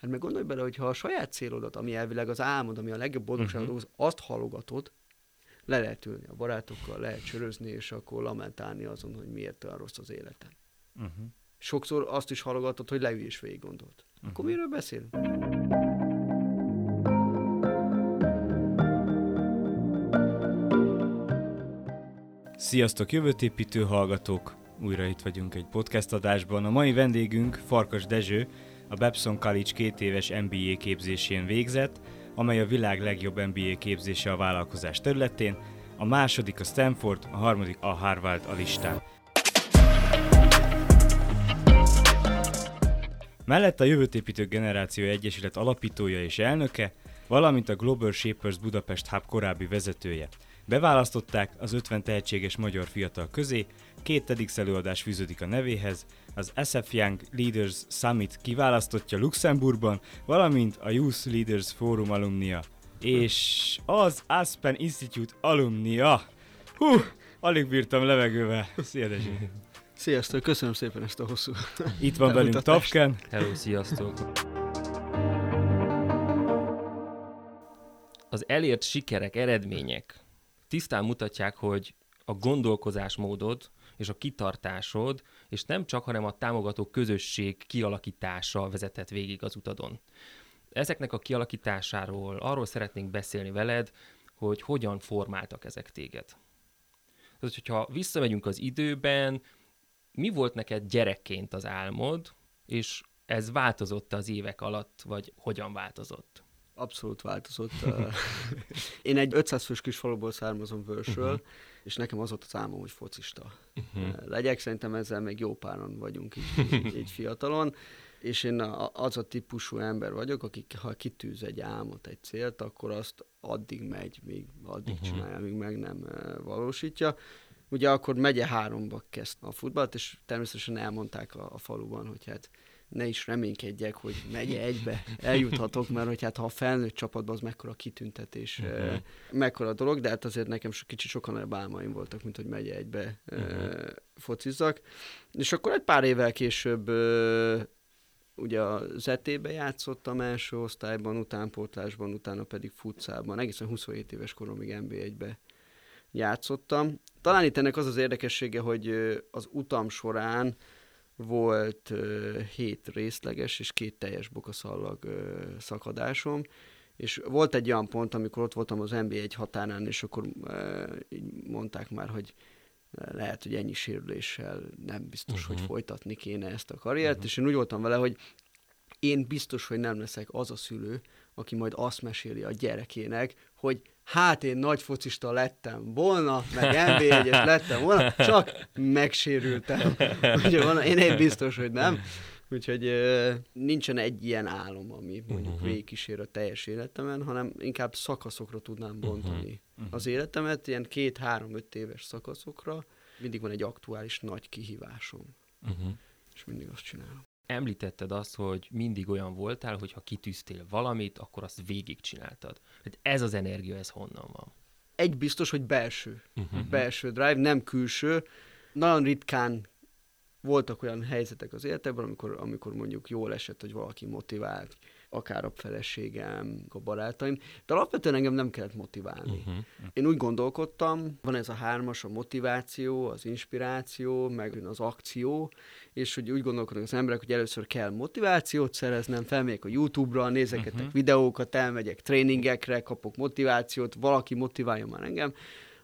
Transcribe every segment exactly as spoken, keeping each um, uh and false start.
Hát meg gondolj bele, hogy ha a saját célodat, ami elvileg az álmod, ami a legjobb boldogságot Mhm. uh-huh. azt halogatod, le lehet ülni a barátokkal, lehet csörözni, és akkor lamentálni azon, hogy miért olyan rossz az életem. Uh-huh. Sokszor azt is halogatod, hogy leülj és végig gondolt. Uh-huh. Akkor miről beszélünk? Sziasztok, jövőtépítő hallgatók! Újra itt vagyunk egy podcast adásban. A mai vendégünk Farkas Dezső, a Babson College két éves em bé á képzésén végzett, amely a világ legjobb em bé á képzése a vállalkozás területén, a második a Stanford, a harmadik a Harvard a listán. Mellett a Jövőtépítők Generáció Egyesület alapítója és elnöke, valamint a Global Shapers Budapest Hub korábbi vezetője. Beválasztották az ötven tehetséges magyar fiatal közé, két TEDx előadás fűződik a nevéhez, az es ef Young Leaders Summit kiválasztottja Luxemburgban, valamint a Youth Leaders Forum alumnia, és az Aspen Institute alumnia. Hú, alig bírtam levegővel. Szia, Dezső! Sziasztok, köszönöm szépen ezt a hosszú Itt van velünk Tafken. Hello, sziasztok! Az elért sikerek, eredmények tisztán mutatják, hogy a gondolkozásmódod és a kitartásod, és nem csak, hanem a támogató közösség kialakítása vezetett végig az utadon. Ezeknek a kialakításáról arról szeretnénk beszélni veled, hogy hogyan formáltak ezek téged. Tehát, hogyha visszamegyünk az időben, mi volt neked gyerekként az álmod, és ez változott az évek alatt, vagy hogyan változott? Abszolút változott. Én egy ötszáz fős kis faluból származom, Vörsről, uh-huh. és nekem az volt az álmom, hogy focista uh-huh. legyek. Szerintem ezzel még jó páran vagyunk így, így, így fiatalon. És én az a típusú ember vagyok, akik ha kitűz egy álmot, egy célt, akkor azt addig megy, még addig uh-huh. csinálja, míg meg nem valósítja. Ugye akkor megye háromba kezdte a futballt, és természetesen elmondták a, a faluban, hogy hát ne is reménykedjek, hogy megye egybe eljuthatok, mert hogy hát ha a felnőtt csapatban, az mekkora kitüntetés, uh-huh. mekkora dolog, de hát azért nekem so, kicsit sokan nagyobb álmaim voltak, mint hogy megye egybe uh-huh. focizzak. És akkor egy pár évvel később ugye a zé té-be játszottam első osztályban, utánpótlásban, utána pedig futszálban. Egészen huszonhét éves koromig en bé egybe játszottam. Talán itt ennek az az érdekessége, hogy az utam során volt uh, hét részleges és két teljes bokaszallag uh, szakadásom, és volt egy olyan pont, amikor ott voltam az en bé egy határán, és akkor uh, így mondták már, hogy uh, lehet, hogy ennyi sérüléssel nem biztos, uh-huh. hogy folytatni kéne ezt a karriert, uh-huh. és én úgy voltam vele, hogy én biztos, hogy nem leszek az a szülő, aki majd azt meséli a gyerekének, hogy hát én nagy focista lettem volna, meg en bé egyes lettem volna, csak megsérültem. Úgyhogy van, én, én biztos, hogy nem. Úgyhogy uh, nincsen egy ilyen álom, ami mondjuk uh-huh. végigkísér a teljes életemen, hanem inkább szakaszokra tudnám bontani uh-huh. az életemet, ilyen két-három-öt éves szakaszokra. Mindig van egy aktuális nagy kihívásom, uh-huh. és mindig azt csinálom. Említetted azt, hogy mindig olyan voltál, hogy ha kitűztél valamit, akkor azt végigcsináltad. Tehát ez az energia, ez honnan van? Egy biztos, hogy belső. Uh-huh. Belső drive, nem külső. Nagyon ritkán voltak olyan helyzetek az életemben, amikor, amikor mondjuk jól esett, hogy valaki motivált, akár a feleségem, a barátaim, de alapvetően engem nem kellett motiválni. Uh-huh. Én úgy gondolkodtam, van ez a hármas, a motiváció, az inspiráció, meg az akció, és hogy úgy gondolkodnak az emberek, hogy először kell motivációt szereznem, felmegyek a YouTube-ra, nézegetek uh-huh. videókat, elmegyek tréningekre, kapok motivációt, valaki motiválja már engem,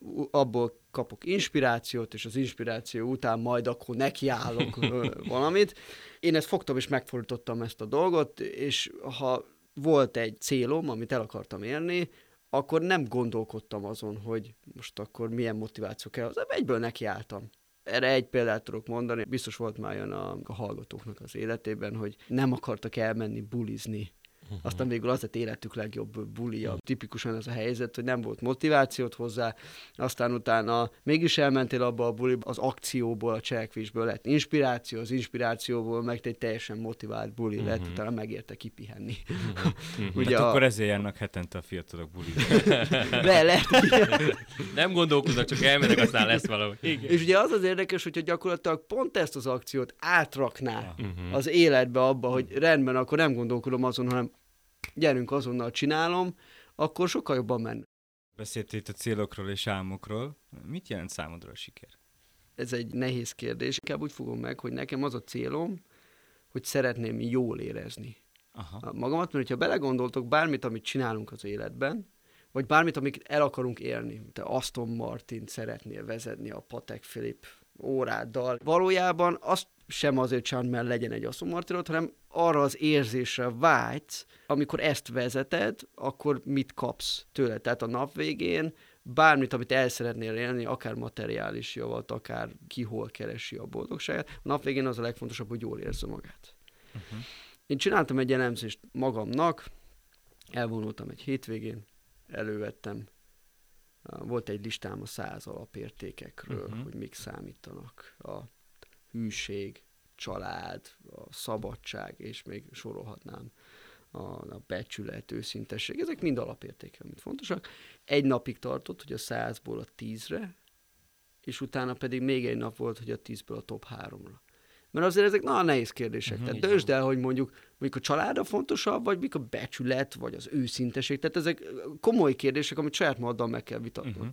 abból kapok inspirációt, és az inspiráció után majd akkor nekiállok valamit. Én ezt fogtam, és megfordítottam ezt a dolgot, és ha volt egy célom, amit el akartam érni, akkor nem gondolkodtam azon, hogy most akkor milyen motiváció kell, az egyből nekiálltam. Erre egy példát tudok mondani, biztos volt már olyan a, a hallgatóknak az életében, hogy nem akartak elmenni bulizni Uh-huh. Aztán végül az lett életük legjobb bulija. Tipikusan ez a helyzet, hogy nem volt motivációt hozzá, aztán utána mégis elmentél abba a buliba, az akcióból, a cselekvésből lett inspiráció, az inspirációból meg egy teljesen motivált buli uh-huh. lett, utána megérte kipihenni. Uh-huh. Ugye tehát a... akkor ezért járnak hetente a fiatalok buliba. Le, lehet. Nem gondolkoznak, csak elmennek, aztán lesz valahogy. Igen. És ugye az az érdekes, hogyha gyakorlatilag pont ezt az akciót átrakná uh-huh. az életbe abba, hogy rendben, akkor nem gondolkodom azon, hanem gyerünk azonnal csinálom, akkor sokkal jobban menne. Beszéltél itt a célokról és álmokról. Mit jelent számodra a siker? Ez egy nehéz kérdés. Inkább úgy fogom meg, hogy nekem az a célom, hogy szeretném jól érezni Aha. magamat, mert ha belegondoltok bármit, amit csinálunk az életben, vagy bármit, amit el akarunk élni, te Aston Martint szeretnél vezetni a Patek Philippe óráddal, valójában azt sem azért csinálod, mert legyen egy Aston Martinod, hanem arra az érzésre vágysz, amikor ezt vezeted, akkor mit kapsz tőle. Tehát a nap végén bármit, amit el szeretnél élni, akár materiális javat, akár ki hol keresi a boldogságát, a nap végén az a legfontosabb, hogy jól érzi magát. Uh-huh. Én csináltam egy elemzést magamnak, elvonultam egy hétvégén, elővettem, volt egy listám a száz alapértékekről, uh-huh. hogy mik számítanak. A hűség, család, a szabadság, és még sorolhatnám a, a becsület, őszintesség. Ezek mind alapértékek, amit fontosak. Egy napig tartott, hogy a százból a tízre, és utána pedig még egy nap volt, hogy a tízből a top háromra. Mert azért ezek nagyon nehéz kérdések. Uh-huh, Tehát döntsd el, hogy mondjuk, mondjuk a család a fontosabb, vagy mondjuk a becsület, vagy az őszintesség. Tehát ezek komoly kérdések, amit saját magaddal meg kell vitatnod. Uh-huh.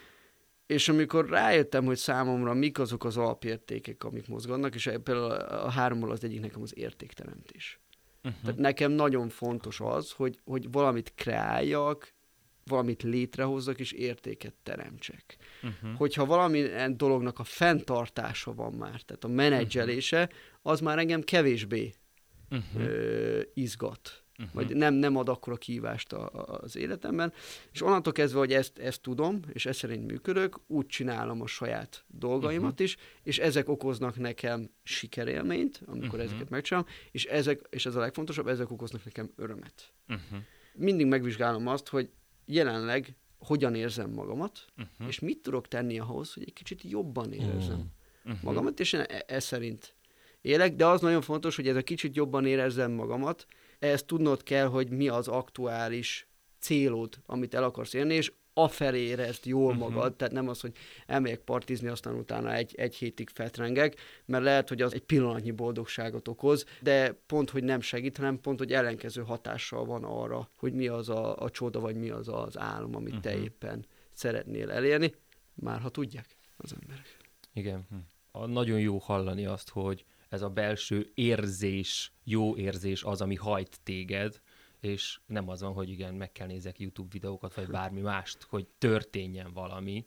És amikor rájöttem, hogy számomra mik azok az alapértékek, amik mozgatnak, és például a háromból az egyik nekem az értékteremtés. Uh-huh. Tehát nekem nagyon fontos az, hogy, hogy valamit kreáljak, valamit létrehozzak, és értéket teremtsek. Uh-huh. Hogyha valamilyen dolognak a fenntartása van már, tehát a menedzselése, az már engem kevésbé uh-huh. ö, izgat. Uh-huh. Vagy nem, nem ad akkora kihívást a, a, az életemben. És onnantól kezdve, hogy ezt, ezt tudom, és ezt szerint működök, úgy csinálom a saját dolgaimat uh-huh. is, és ezek okoznak nekem sikerélményt, amikor uh-huh. ezeket megcsinálom, és, ezek, és ez a legfontosabb, ezek okoznak nekem örömet. Uh-huh. Mindig megvizsgálom azt, hogy jelenleg hogyan érzem magamat, uh-huh. és mit tudok tenni ahhoz, hogy egy kicsit jobban érezzem uh-huh. magamat, és én e- ez szerint élek, de az nagyon fontos, hogy ez a kicsit jobban érezzem magamat, ehhez tudnod kell, hogy mi az aktuális célod, amit el akarsz érni, és afelé érezd jól uh-huh. magad, tehát nem az, hogy elmegyek partizni, aztán utána egy, egy hétig fetrengek, mert lehet, hogy az egy pillanatnyi boldogságot okoz, de pont, hogy nem segít, hanem pont, hogy ellenkező hatással van arra, hogy mi az a, a csoda, vagy mi az az álom, amit uh-huh. te éppen szeretnél elérni, már ha tudják az emberek. Igen. Hm. Nagyon jó hallani azt, hogy ez a belső érzés, jó érzés az, ami hajt téged, és nem az van, hogy igen, meg kell nézzek YouTube videókat, vagy bármi mást, hogy történjen valami.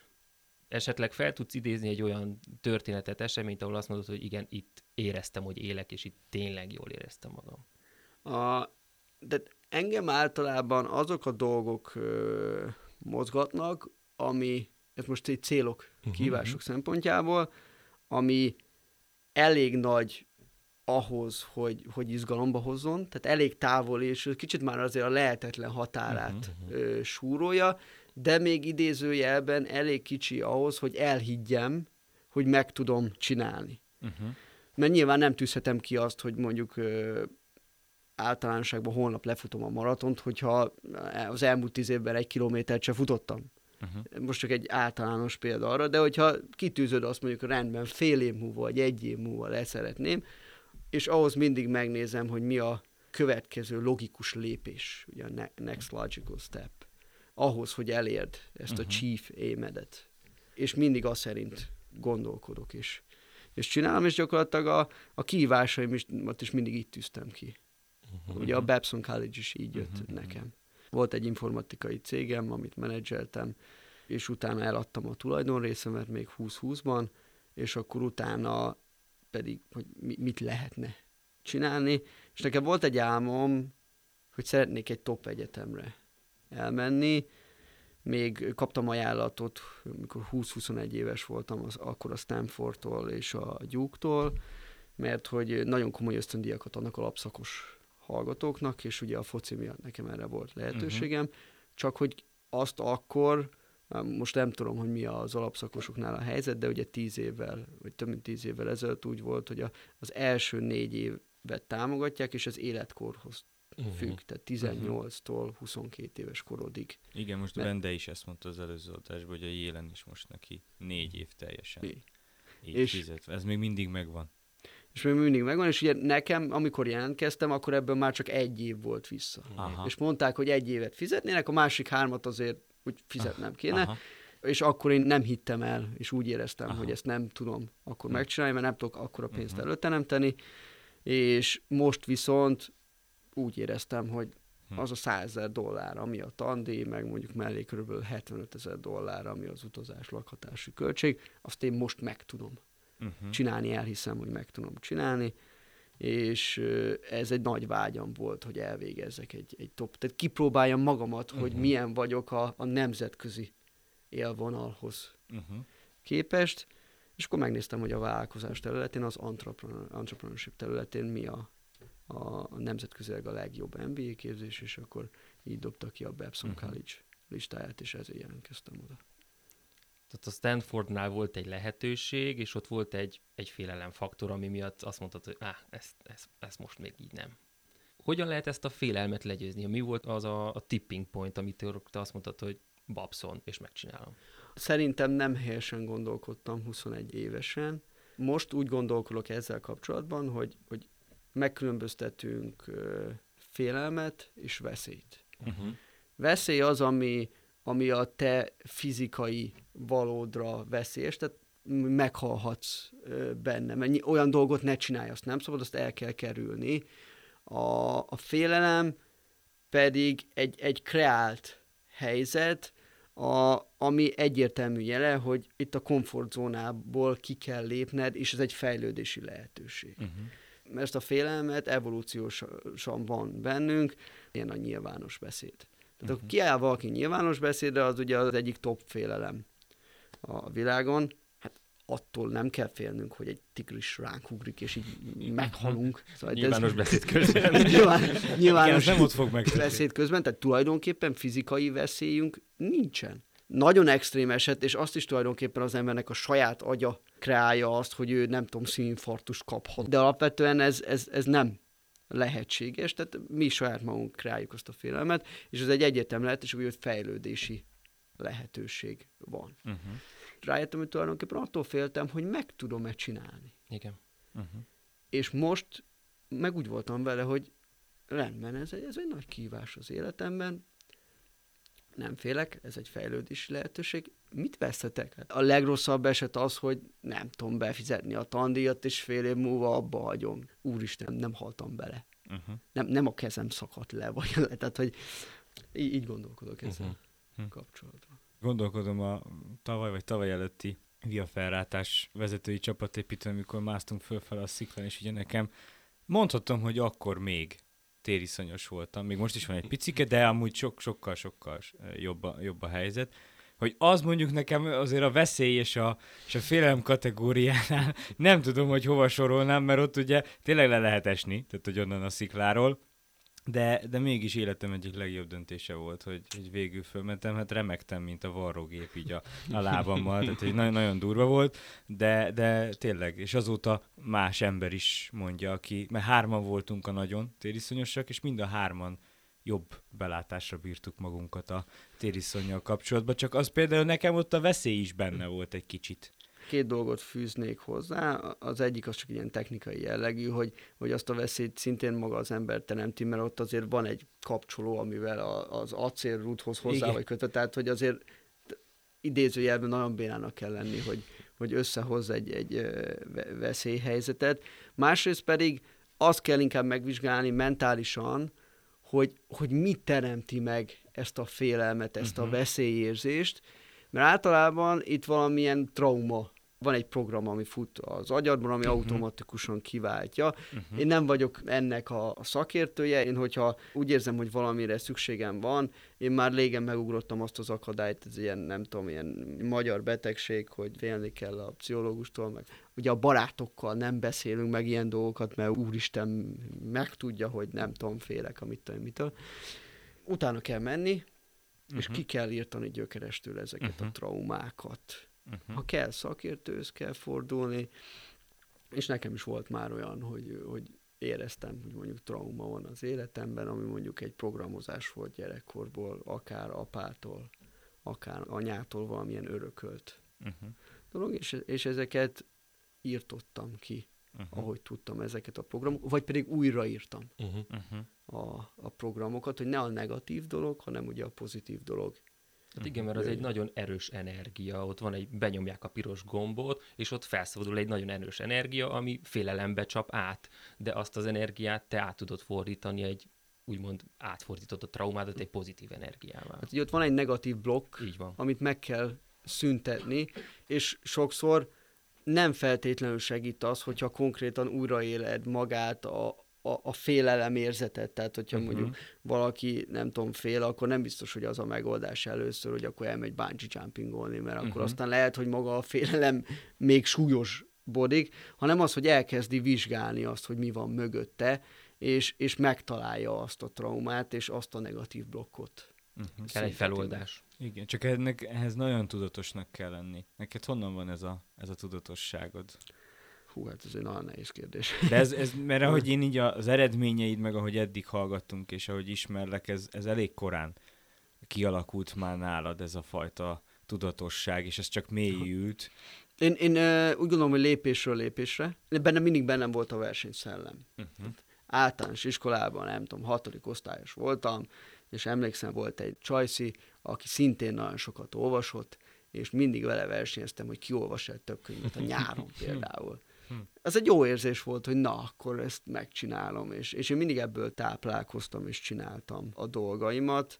Esetleg fel tudsz idézni egy olyan történetet, eseményt, ahol azt mondod, hogy igen, itt éreztem, hogy élek, és itt tényleg jól éreztem magam. A, de engem általában azok a dolgok ö, mozgatnak, ami, ez most egy célok, uh-huh. kihívások szempontjából, ami elég nagy ahhoz, hogy, hogy izgalomba hozzon, tehát elég távol, és kicsit már azért a lehetetlen határát uh-huh. ö, súrolja, de még idézőjelben elég kicsi ahhoz, hogy elhiggyem, hogy meg tudom csinálni. Uh-huh. Mert nyilván nem tűzhetem ki azt, hogy mondjuk ö, általánosságban holnap lefutom a maratont, hogyha az elmúlt tíz évben egy kilométert se futottam. Uh-huh. Most csak egy általános példa arra, de hogyha kitűzöd azt mondjuk rendben fél év múlva, vagy egy év múlva leszeretném, és ahhoz mindig megnézem, hogy mi a következő logikus lépés, ugye a next logical step, ahhoz, hogy elérd ezt uh-huh. a chief aim-edet. És mindig azt szerint gondolkodok is. És csinálom, és gyakorlatilag a, a kihívásaim is, is mindig így tűztem ki. Uh-huh. Ugye a Babson College is így jött uh-huh. nekem. Volt egy informatikai cégem, amit menedzseltem, és utána eladtam a tulajdonrészemet még húsz-húszban, és akkor utána pedig, hogy mit lehetne csinálni. És nekem volt egy álmom, hogy szeretnék egy top egyetemre elmenni. Még kaptam ajánlatot, amikor húsz-huszonegy éves voltam, az, akkor a Stanfordtól és a Duke-tól, mert hogy nagyon komoly ösztöndíjakat adnak alapszakos hallgatóknak, és ugye a foci miatt nekem erre volt lehetőségem, uh-huh. csak hogy azt akkor, most nem tudom, hogy mi az alapszakosoknál a helyzet, de ugye tíz évvel, vagy több mint tíz évvel ezelőtt úgy volt, hogy a, az első négy évet támogatják, és az életkorhoz uh-huh. függ, tehát tizennyolctól huszonkét éves korodig. Igen, most Mert... Bende is ezt mondta az előző adásban, hogy a Jélen is most neki négy év teljesen. Négy. Így és fizetve. Ez még mindig megvan. És még mindig megvan, és ugye nekem, amikor jelentkeztem, akkor ebből már csak egy év volt vissza. Aha. És mondták, hogy egy évet fizetnének, a másik hármat azért úgy fizetnem kéne, aha. és akkor én nem hittem el, és úgy éreztem, aha. hogy ezt nem tudom akkor hm. megcsinálni, mert nem tudok akkora pénzt uh-huh. előteremteni, és most viszont úgy éreztem, hogy az a százezer dollár, ami a tandíj, meg mondjuk mellé körülbelül hetvenötezer dollár, ami az utazás, lakhatási költség, azt én most meg tudom uh-huh. csinálni, elhiszem, hogy meg tudom csinálni, és ez egy nagy vágyam volt, hogy elvégezzek egy, egy top, tehát kipróbáljam magamat, uh-huh. hogy milyen vagyok a, a nemzetközi élvonalhoz uh-huh. képest, és akkor megnéztem, hogy a vállalkozás területén, az entrepreneur, entrepreneurship területén mi a, a nemzetközileg a legjobb em bé á képzés, és akkor így dobta ki a Babson uh-huh. College listáját, és ezért jelentkeztem oda. Tehát a Stanfordnál volt egy lehetőség, és ott volt egy, egy félelemfaktor, ami miatt azt mondtad, hogy áh, ezt, ezt, ezt most még így nem. Hogyan lehet ezt a félelmet legyőzni? Mi volt az a, a tipping point, amit te azt mondtad, hogy Babson, és megcsinálom? Szerintem nem helyesen gondolkodtam huszonegy évesen. Most úgy gondolkodok ezzel kapcsolatban, hogy, hogy megkülönböztetünk uh, félelmet és veszélyt. Uh-huh. Veszély az, ami, ami a te fizikai valódra veszélyes, tehát meghalhatsz uh, benne, mert olyan dolgot ne csinálj, azt nem szabad, azt el kell kerülni. A, a félelem pedig egy, egy kreált helyzet, a, ami egyértelmű jele, hogy itt a komfortzónából ki kell lépned, és ez egy fejlődési lehetőség. Uh-huh. Mert ezt a félelmet evolúciósan van bennünk, ilyen a nyilvános beszéd. Tehát uh-huh. akkor kiáll valaki nyilvános beszédre, az ugye az egyik top félelem a világon. Hát attól nem kell félnünk, hogy egy tigris ránk ugrik, és így meghalunk. Szóval nyilvános ez... beszéd közben. Nyilván, nyilvános nem ott fog megtörténni. beszéd közben, tehát tulajdonképpen fizikai veszélyünk nincsen. Nagyon extrém eset, és azt is tulajdonképpen az embernek a saját agya kreálja azt, hogy ő nem tudom, szívinfarktust kaphat. De alapvetően ez, ez, ez nem lehetséges, tehát mi saját magunk kreáljuk azt a félelmet, és ez egy egyértelmű lehetőség, hogy fejlődési lehetőség van. Uh-huh. Rájöttem, hogy tulajdonképpen attól féltem, hogy meg tudom-e csinálni. Igen. Uh-huh. És most meg úgy voltam vele, hogy rendben, ez egy, ez egy nagy kihívás az életemben, nem félek, ez egy fejlődési lehetőség. Mit veszhetek? A legrosszabb eset az, hogy nem tudom befizetni a tandíjat, és fél év múlva abba hagyom. Úristen, nem haltam bele. Uh-huh. Nem, nem a kezem szakadt le, vagy le. Tehát, hogy így, így gondolkodok ezzel uh-huh. kapcsolatban. Gondolkodom a tavaly vagy tavaly előtti Via Ferrátás vezetői csapatépítőn, amikor másztunk fölfele a sziklán, és ugye nekem mondhatom, hogy akkor még tériszonyos voltam, még most is van egy picike, de amúgy sok, sokkal, sokkal jobb a, jobb a helyzet, hogy az mondjuk nekem azért a veszély és a, és a félelem kategóriánál nem tudom, hogy hova sorolnám, mert ott ugye tényleg le lehet esni, tehát hogy onnan a szikláról, de, de mégis életem egyik legjobb döntése volt, hogy, hogy végül fölmentem, hát remegtem, mint a varrógép így a, a lábammal, tehát hogy nagyon, nagyon durva volt, de, de tényleg, és azóta más ember is mondja, aki, mert hárman voltunk a nagyon tériszonyosak, és mind a hárman jobb belátásra bírtuk magunkat a tériszonnyal kapcsolatban, csak az például nekem ott a veszély is benne volt egy kicsit. Két dolgot fűznék hozzá. Az egyik az csak ilyen technikai jellegű, hogy, hogy azt a veszélyt szintén maga az ember teremti, mert ott azért van egy kapcsoló, amivel a, az acélrúdhoz hozzá Igen. vagy kötve. Tehát, hogy azért idézőjelben nagyon bénának kell lenni, hogy, hogy összehoz egy, egy veszélyhelyzetet. Másrészt pedig azt kell inkább megvizsgálni mentálisan, hogy, hogy mit teremti meg ezt a félelmet, ezt uh-huh. a veszélyérzést, mert általában itt valamilyen trauma van egy program, ami fut az agyadban, ami uh-huh. automatikusan kiváltja. Uh-huh. Én nem vagyok ennek a, a szakértője, én hogyha úgy érzem, hogy valamire szükségem van, én már régen megugrottam azt az akadályt, ez ilyen, nem tudom, ilyen magyar betegség, hogy félni kell a pszichológustól, meg ugye a barátokkal nem beszélünk meg ilyen dolgokat, mert úristen megtudja, hogy nem tudom, félek, amit mitől. Utána kell menni, uh-huh. és ki kell írtani gyökerestől ezeket uh-huh. a traumákat. Uh-huh. Ha kell, szakértőhöz kell fordulni, és nekem is volt már olyan, hogy, hogy éreztem, hogy mondjuk trauma van az életemben, ami mondjuk egy programozás volt gyerekkorból, akár apától, akár anyától valamilyen örökölt uh-huh. dolog, és, és ezeket írtottam ki, uh-huh. ahogy tudtam ezeket a programokat, vagy pedig újraírtam uh-huh. a, a programokat, hogy ne a negatív dolog, hanem ugye a pozitív dolog. Hát igen, mert az egy nagyon erős energia, ott van egy, benyomják a piros gombot, és ott felszabadul egy nagyon erős energia, ami félelembe csap át, de azt az energiát te át tudod fordítani egy, úgymond átfordított a traumádat egy pozitív energiával. Hát ugye ott van egy negatív blokk, így van, amit meg kell szüntetni, és sokszor nem feltétlenül segít az, hogyha konkrétan újraéled magát a A, a félelem érzetet, tehát hogyha uh-huh. mondjuk valaki, nem tudom, fél, akkor nem biztos, hogy az a megoldás először, hogy akkor elmegy bungee jumpingolni, mert uh-huh. akkor aztán lehet, hogy maga a félelem még súlyosbodik, hanem az, hogy elkezdi vizsgálni azt, hogy mi van mögötte, és, és megtalálja azt a traumát, és azt a negatív blokkot. Uh-huh. Kell egy feloldás. Igen, csak ennek, ehhez nagyon tudatosnak kell lenni. Neked honnan van ez a, ez a tudatosságod? Hú, hát ez egy nagyon nehéz kérdés. De ez, ez mert ahogy én így az eredményeid, meg ahogy eddig hallgattunk, és ahogy ismerlek, ez, ez elég korán kialakult már nálad ez a fajta tudatosság, és ez csak mélyült. Én, én uh, úgy gondolom, hogy lépésről lépésre. Bennem mindig bennem volt a versenyszellem. Uh-huh. Általános iskolában, nem tudom, hatodik osztályos voltam, és emlékszem, volt egy csajszi, aki szintén nagyon sokat olvasott, és mindig vele versenyeztem, hogy ki olvas el több könyvet a nyáron például. Ez egy jó érzés volt, hogy na, akkor ezt megcsinálom, és, és én mindig ebből táplálkoztam, és csináltam a dolgaimat.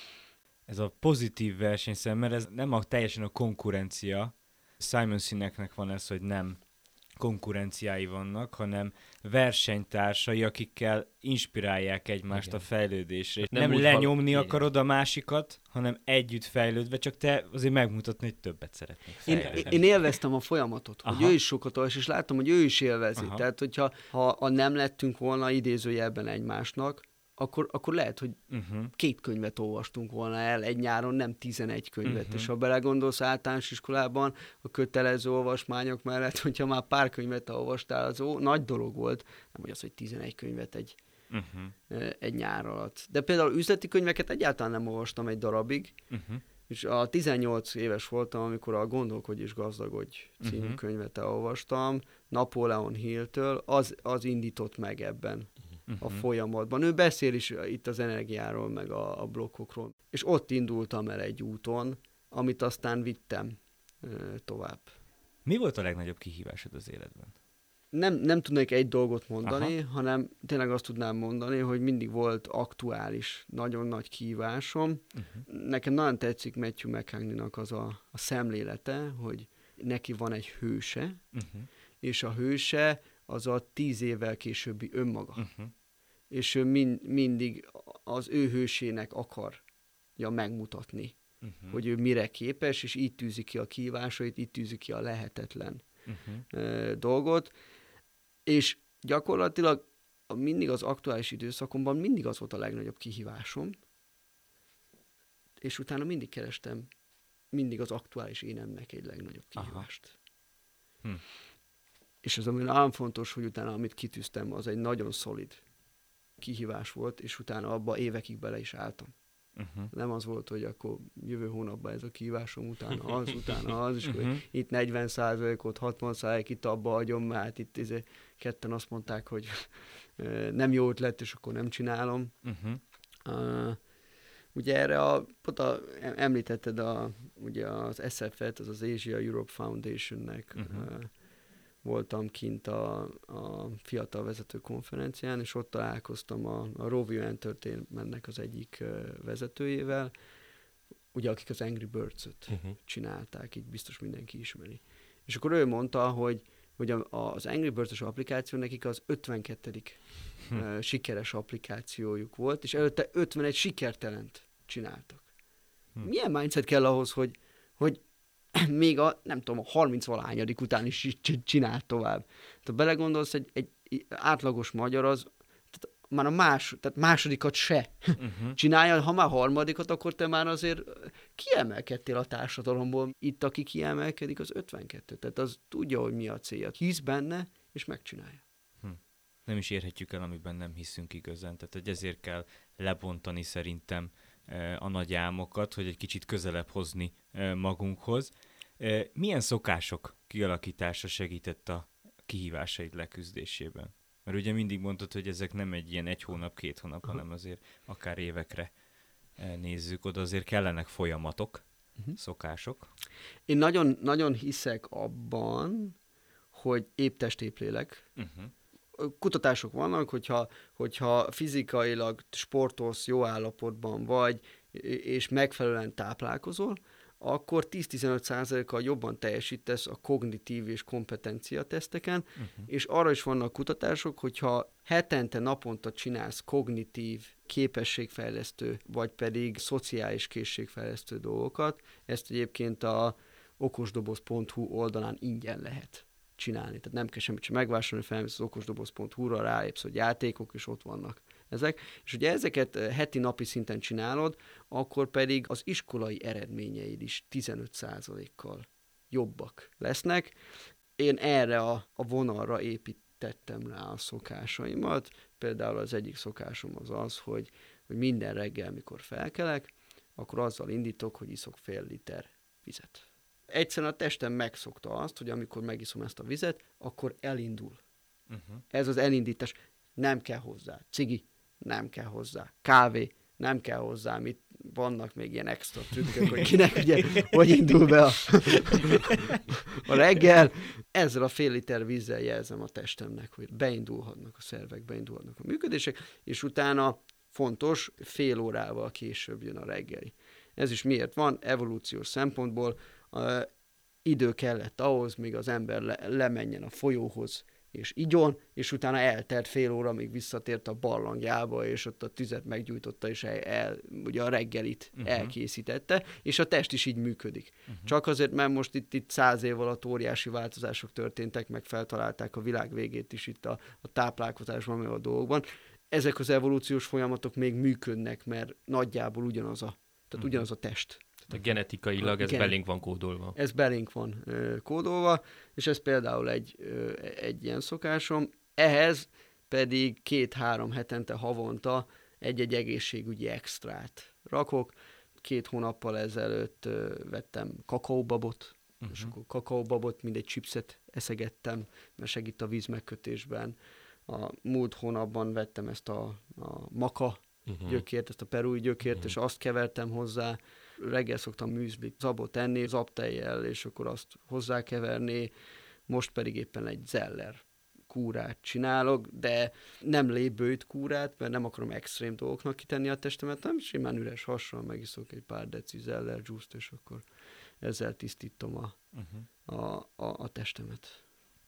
Ez a pozitív versenyszem, mert ez nem a, teljesen a konkurencia. Simon Sineknek van ez, hogy nem konkurenciái vannak, hanem versenytársai, akikkel inspirálják egymást igen. a fejlődésre. Nem, nem lenyomni val- akarod a másikat, hanem együtt fejlődve, csak te azért megmutatni, hogy többet szeretnék fejlődni. Én, én élveztem a folyamatot, Aha. hogy ő is sokat olvas, és láttam, hogy ő is élvezi. Aha. Tehát, hogyha ha, ha nem lettünk volna idézőjelben egymásnak, akkor, akkor lehet, hogy uh-huh. két könyvet olvastunk volna el egy nyáron, nem tizenegy könyvet. Uh-huh. És ha belegondolsz általános iskolában a kötelező olvasmányok mellett, hogyha már pár könyvet olvastál, az ó, nagy dolog volt. Nem hogy az, hogy tizenegy könyvet egy, uh-huh. egy nyár alatt. De például üzleti könyveket egyáltalán nem olvastam egy darabig, uh-huh. és a tizennyolc éves voltam, amikor a Gondolkodj és gazdagodj című uh-huh. könyvet elolvastam, Napóleon Hill-től, az, az indított meg ebben. Uh-huh. a folyamatban. Ő beszél is itt az energiáról, meg a, a blokkokról. És ott indultam el egy úton, amit aztán vittem e, tovább. Mi volt a legnagyobb kihívásod az életben? Nem, nem tudnék egy dolgot mondani, Aha. hanem tényleg azt tudnám mondani, hogy mindig volt aktuális, nagyon nagy kihívásom. Uh-huh. Nekem nagyon tetszik Matthew McConaughey-nak az a, a szemlélete, hogy neki van egy hőse, uh-huh. és a hőse az a tíz évvel későbbi önmaga. Uh-huh. És ő mind, mindig az ő hősének akarja megmutatni, uh-huh. hogy ő mire képes, és így tűzi ki a kihívásait, így tűzi ki a lehetetlen uh-huh. dolgot. És gyakorlatilag mindig az aktuális időszakomban mindig az volt a legnagyobb kihívásom, és utána mindig kerestem mindig az aktuális énemnek egy legnagyobb kihívást. Hm. És az, ami nagyon fontos, hogy utána, amit kitűztem, az egy nagyon szolid kihívás volt, és utána abba évekig bele is álltam. Uh-huh. Nem az volt, hogy akkor jövő hónapban ez a kihívásom, utána az, utána az, és uh-huh. itt negyven százalékot, hatvan százalék, itt abba hagyom, mert hát itt izé, ketten azt mondták, hogy nem jó ötlet, és akkor nem csinálom. Uh-huh. Uh, ugye erre a, a, említetted a, ugye az es ef et, az az Asia Europe Foundation-nek uh-huh. uh, voltam kint a, a fiatal vezető konferencián, és ott találkoztam a, a Rovio Entertainmentnek az egyik uh, vezetőjével, ugye akik az Angry Birds-öt uh-huh. csinálták, így biztos mindenki ismeri. És akkor ő mondta, hogy, hogy a, az Angry Birds-os applikáció nekik az ötvenkettedik Hm. sikeres applikációjuk volt, és előtte ötvenegy sikertelent csináltak. Hm. Milyen mindset kell ahhoz, hogy, hogy még a, nem tudom, a harminc-valahányadik után is csinált tovább. Tehát belegondolsz, egy, egy átlagos magyar az tehát már a más, tehát másodikat se uh-huh. csinálja, ha már harmadikat, akkor te már azért kiemelkedtél a társadalomból. Itt, aki kiemelkedik, az ötvenkettő. Tehát az tudja, hogy mi a célja. Hisz benne, és megcsinálja. Hm. Nem is érhetjük el, amiben nem hiszünk igazán. Tehát hogy ezért kell lebontani szerintem a nagy álmokat, hogy egy kicsit közelebb hozni magunkhoz. Milyen szokások kialakítása segített a kihívásaid leküzdésében? Mert ugye mindig mondtad, hogy ezek nem egy ilyen egy hónap, két hónap, uh-huh. hanem azért akár évekre nézzük oda, azért kellenek folyamatok, uh-huh. szokások. Én nagyon, nagyon hiszek abban, hogy épp test, épp lélek. Uh-huh. Kutatások vannak, hogyha, hogyha fizikailag sportolsz, jó állapotban vagy, és megfelelően táplálkozol, akkor tíz-tizenöt százalékkal jobban teljesítesz a kognitív és kompetencia teszteken, uh-huh. és arra is vannak kutatások, hogyha hetente, naponta csinálsz kognitív, képességfejlesztő, vagy pedig szociális készségfejlesztő dolgokat, ezt egyébként a okosdoboz pont hu oldalán ingyen lehet csinálni. Tehát nem kell semmit sem megvásárolni, felmész az okosdoboz pont hu-ra, rálépsz, hogy játékok, és ott vannak ezek. És ugye ezeket heti, napi szinten csinálod, akkor pedig az iskolai eredményeid is tizenöt százalékkal jobbak lesznek. Én erre a, a vonalra építettem rá a szokásaimat. Például az egyik szokásom az az, hogy, hogy minden reggel, mikor felkelek, akkor azzal indítok, hogy iszok fél liter vizet. Egyszerűen a testem megszokta azt, hogy amikor megiszom ezt a vizet, akkor elindul. Uh-huh. Ez az elindítás. Nem kell hozzá cigi, nem kell hozzá kávé, nem kell hozzá, mit vannak még ilyen extra trükkök, hogy kinek ugye, hogy indul be a, a reggel. Ezzel a fél liter vízzel jelzem a testemnek, hogy beindulhatnak a szervek, beindulhatnak a működések, és utána fontos, fél órával később jön a reggeli. Ez is miért van? Evolúciós szempontból uh, idő kellett ahhoz, míg az ember le, lemenjen a folyóhoz, és igyon, és utána eltelt fél óra, míg visszatért a barlangjába, és ott a tüzet meggyújtotta, és el, el, ugye a reggelit uh-huh. elkészítette, és a test is így működik. Uh-huh. Csak azért, mert most itt, itt száz év alatt óriási változások történtek, meg feltalálták a világ végét is itt a, a táplálkozásban, meg a dolgokban. Ezek az evolúciós folyamatok még működnek, mert nagyjából ugyanaz a, tehát uh-huh. ugyanaz a test. Tehát genetikailag ez gen- belénk van kódolva. Ez belénk van ö, kódolva, és ez például egy, ö, egy ilyen szokásom. Ehhez pedig két-három hetente havonta egy-egy egészségügyi extrát rakok. Két hónappal ezelőtt ö, vettem kakaóbabot, uh-huh. és akkor kakaóbabot, mindegy chipset eszegettem, mert segít a víz megkötésben. A múlt hónapban vettem ezt a, a maka uh-huh. gyökért, ezt a perui gyökért, uh-huh. és azt kevertem hozzá. Reggel szoktam műzlit, zabot enni, zabtejjel, és akkor azt hozzákeverni. Most pedig éppen egy zeller kúrát csinálok, de nem lébőjt kúrát, mert nem akarom extrém dolgoknak kitenni a testemet, nem simán üres hassal megiszok egy pár deci zeller juice-t, és akkor ezzel tisztítom a, uh-huh. a, a, a testemet.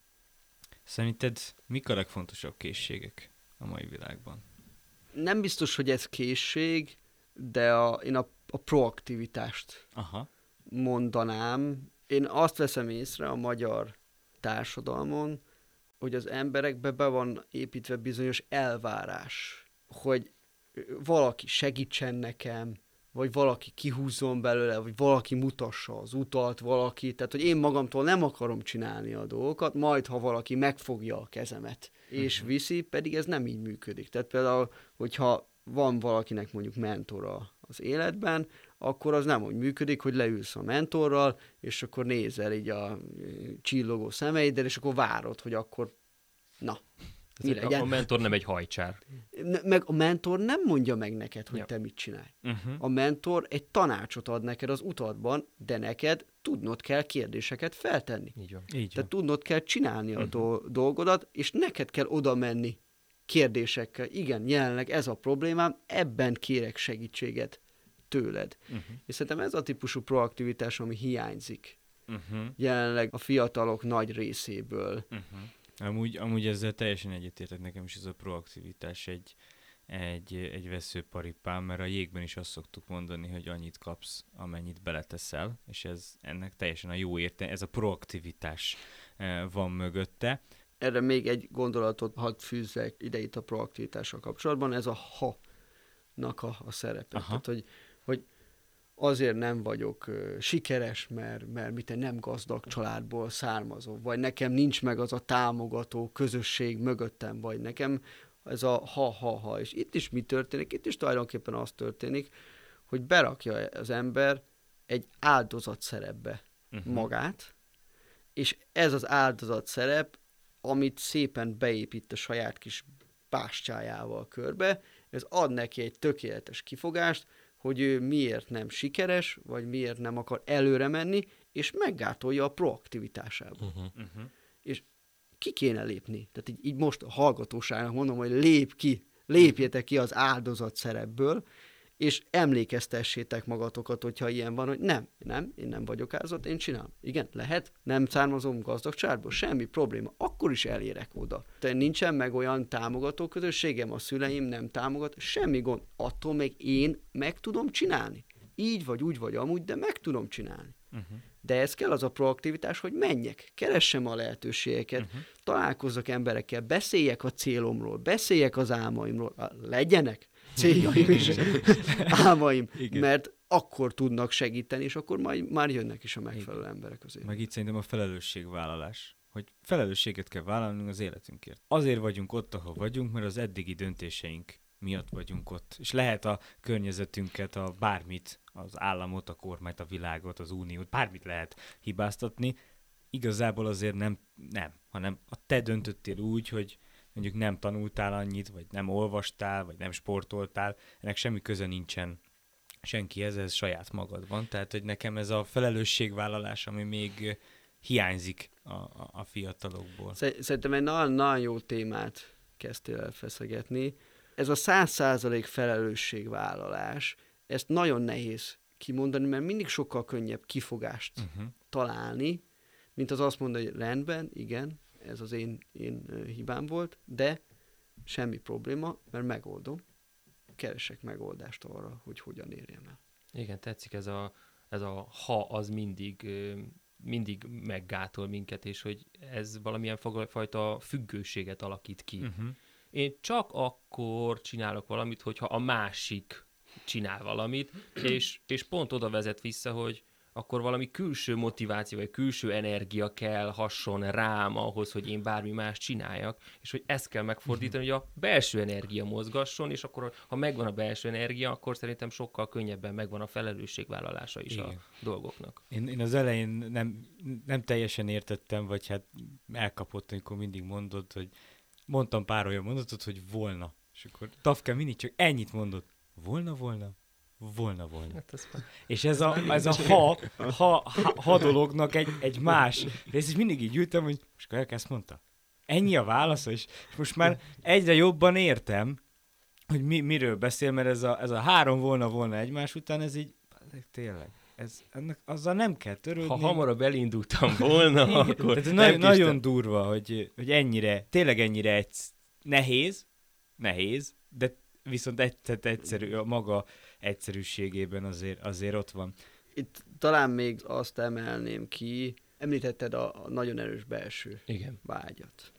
Szerinted mik a legfontosabb készségek a mai világban? Nem biztos, hogy ez készség, de a, én a, a proaktivitást Aha. mondanám. Én azt veszem észre a magyar társadalmon, hogy az emberekbe be van építve bizonyos elvárás, hogy valaki segítsen nekem, vagy valaki kihúzzon belőle, vagy valaki mutassa az utat, valaki, tehát hogy én magamtól nem akarom csinálni a dolgokat, majd ha valaki megfogja a kezemet, és uh-huh. viszi, pedig ez nem így működik. Tehát például, hogyha van valakinek mondjuk mentora az életben, akkor az nem úgy működik, hogy leülsz a mentorral, és akkor nézel így a csillogó szemeiddel, és akkor várod, hogy akkor na, mi legyen. A mentor nem egy hajcsár. Meg a mentor nem mondja meg neked, hogy ja. te mit csinálj. Uh-huh. A mentor egy tanácsot ad neked az utatban, de neked tudnod kell kérdéseket feltenni. Így van. Így Tehát van. tudnod kell csinálni uh-huh. a do- dolgodat, és neked kell oda menni kérdésekkel. Igen, jelenleg ez a problémám, ebben kérek segítséget tőled. Uh-huh. És szerintem ez a típusú proaktivitás, ami hiányzik uh-huh. jelenleg a fiatalok nagy részéből. Uh-huh. Amúgy, amúgy ezzel teljesen egyetértek, nekem is ez a proaktivitás egy, egy, egy veszőparipám, mert a jégben is azt szoktuk mondani, hogy annyit kapsz, amennyit beleteszel, és ez ennek teljesen a jó érte, ez a proaktivitás van mögötte. Erre még egy gondolatot hadd fűzzek ide itt a proaktivitással kapcsolatban, ez a ha-nak a, a szerepe. Aha. Tehát, hogy, hogy azért nem vagyok uh, sikeres, mert, mert mit nem gazdag családból származom, vagy nekem nincs meg az a támogató közösség mögöttem, vagy nekem ez a ha-ha-ha. És itt is mi történik? Itt is tulajdonképpen az történik, hogy berakja az ember egy áldozat szerepbe uh-huh. magát, és ez az áldozat szerep, amit szépen beépít a saját kis bástyájával körbe, ez ad neki egy tökéletes kifogást, hogy ő miért nem sikeres, vagy miért nem akar előre menni, és meggátolja a proaktivitásában. Uh-huh. Uh-huh. És ki kéne lépni? Tehát így, így most a hallgatóságnak mondom, hogy lép ki, lépjetek ki az áldozat szerepből, és emlékeztessétek magatokat, hogyha ilyen van, hogy nem, nem, én nem vagyok áldozat, én csinálom. Igen, lehet, nem származom gazdag családból, semmi probléma, akkor is elérek oda. Tehát nincsen meg olyan támogató közösségem, a szüleim nem támogat, semmi gond, attól még én meg tudom csinálni. Így vagy úgy vagy amúgy, de meg tudom csinálni. Uh-huh. De ez kell az a proaktivitás, hogy menjek, keressem a lehetőségeket, uh-huh. találkozzak emberekkel, beszéljek a célomról, beszéljek az álmaimról, legyenek céljaim és álmaim, igen. Mert akkor tudnak segíteni, és akkor majd már jönnek is a megfelelő igen. emberek azért. Meg itt szerintem a felelősségvállalás, hogy felelősséget kell vállalnunk az életünkért. Azért vagyunk ott, ahol vagyunk, mert az eddigi döntéseink miatt vagyunk ott. És lehet a környezetünket, a bármit, az államot, a kormányt, a világot, az uniót, bármit lehet hibáztatni. Igazából azért nem, nem, hanem a te döntöttél úgy, hogy mondjuk nem tanultál annyit, vagy nem olvastál, vagy nem sportoltál, ennek semmi köze nincsen senkihez, ez saját magad van. Tehát, hogy nekem ez a felelősségvállalás, ami még hiányzik a, a, a fiatalokból. Szerintem egy nagyon, nagyon jó témát kezdtél el feszegetni. Ez a száz százalék felelősségvállalás, ezt nagyon nehéz kimondani, mert mindig sokkal könnyebb kifogást uh-huh. találni, mint az azt mondani, hogy rendben, igen, ez az én, én hibám volt, de semmi probléma, mert megoldom. Keresek megoldást arra, hogy hogyan érjem el. Igen, tetszik ez a, ez a ha, az mindig, mindig meggátol minket, és hogy ez valamilyen fajta függőséget alakít ki. Uh-huh. Én csak akkor csinálok valamit, hogyha a másik csinál valamit, és, és pont oda vezet vissza, hogy akkor valami külső motiváció, vagy külső energia kell hasson rám ahhoz, hogy én bármi más csináljak, és hogy ezt kell megfordítani, hogy a belső energia mozgasson, és akkor, ha megvan a belső energia, akkor szerintem sokkal könnyebben megvan a felelősségvállalása is igen. a dolgoknak. Én, én az elején nem, nem teljesen értettem, vagy hát elkapott, amikor mindig mondod, hogy mondtam pár olyan mondatot, hogy volna. És akkor Tafka mindig csak ennyit mondott. Volna, volna. Volna, volna. Hát ez és ez a, ez a ha, ha, ha, ha dolognak egy, egy más rész, és mindig így ültem, hogy most akkor ezt mondta. Ennyi a válasz, és most már egyre jobban értem, hogy mi, miről beszél, mert ez a, ez a három volna, volna egymás után, ez így, tényleg, ez, ennek, azzal nem kell törődni. Ha hamarabb elindultam volna, igen, akkor tehát nagyon, nagyon durva, hogy, hogy ennyire, tényleg ennyire egy, nehéz, nehéz, de viszont egy, egyszerű, a maga egyszerűségében azért, azért ott van. Itt talán még azt emelném ki, említetted a, a nagyon erős belső igen. vágyat.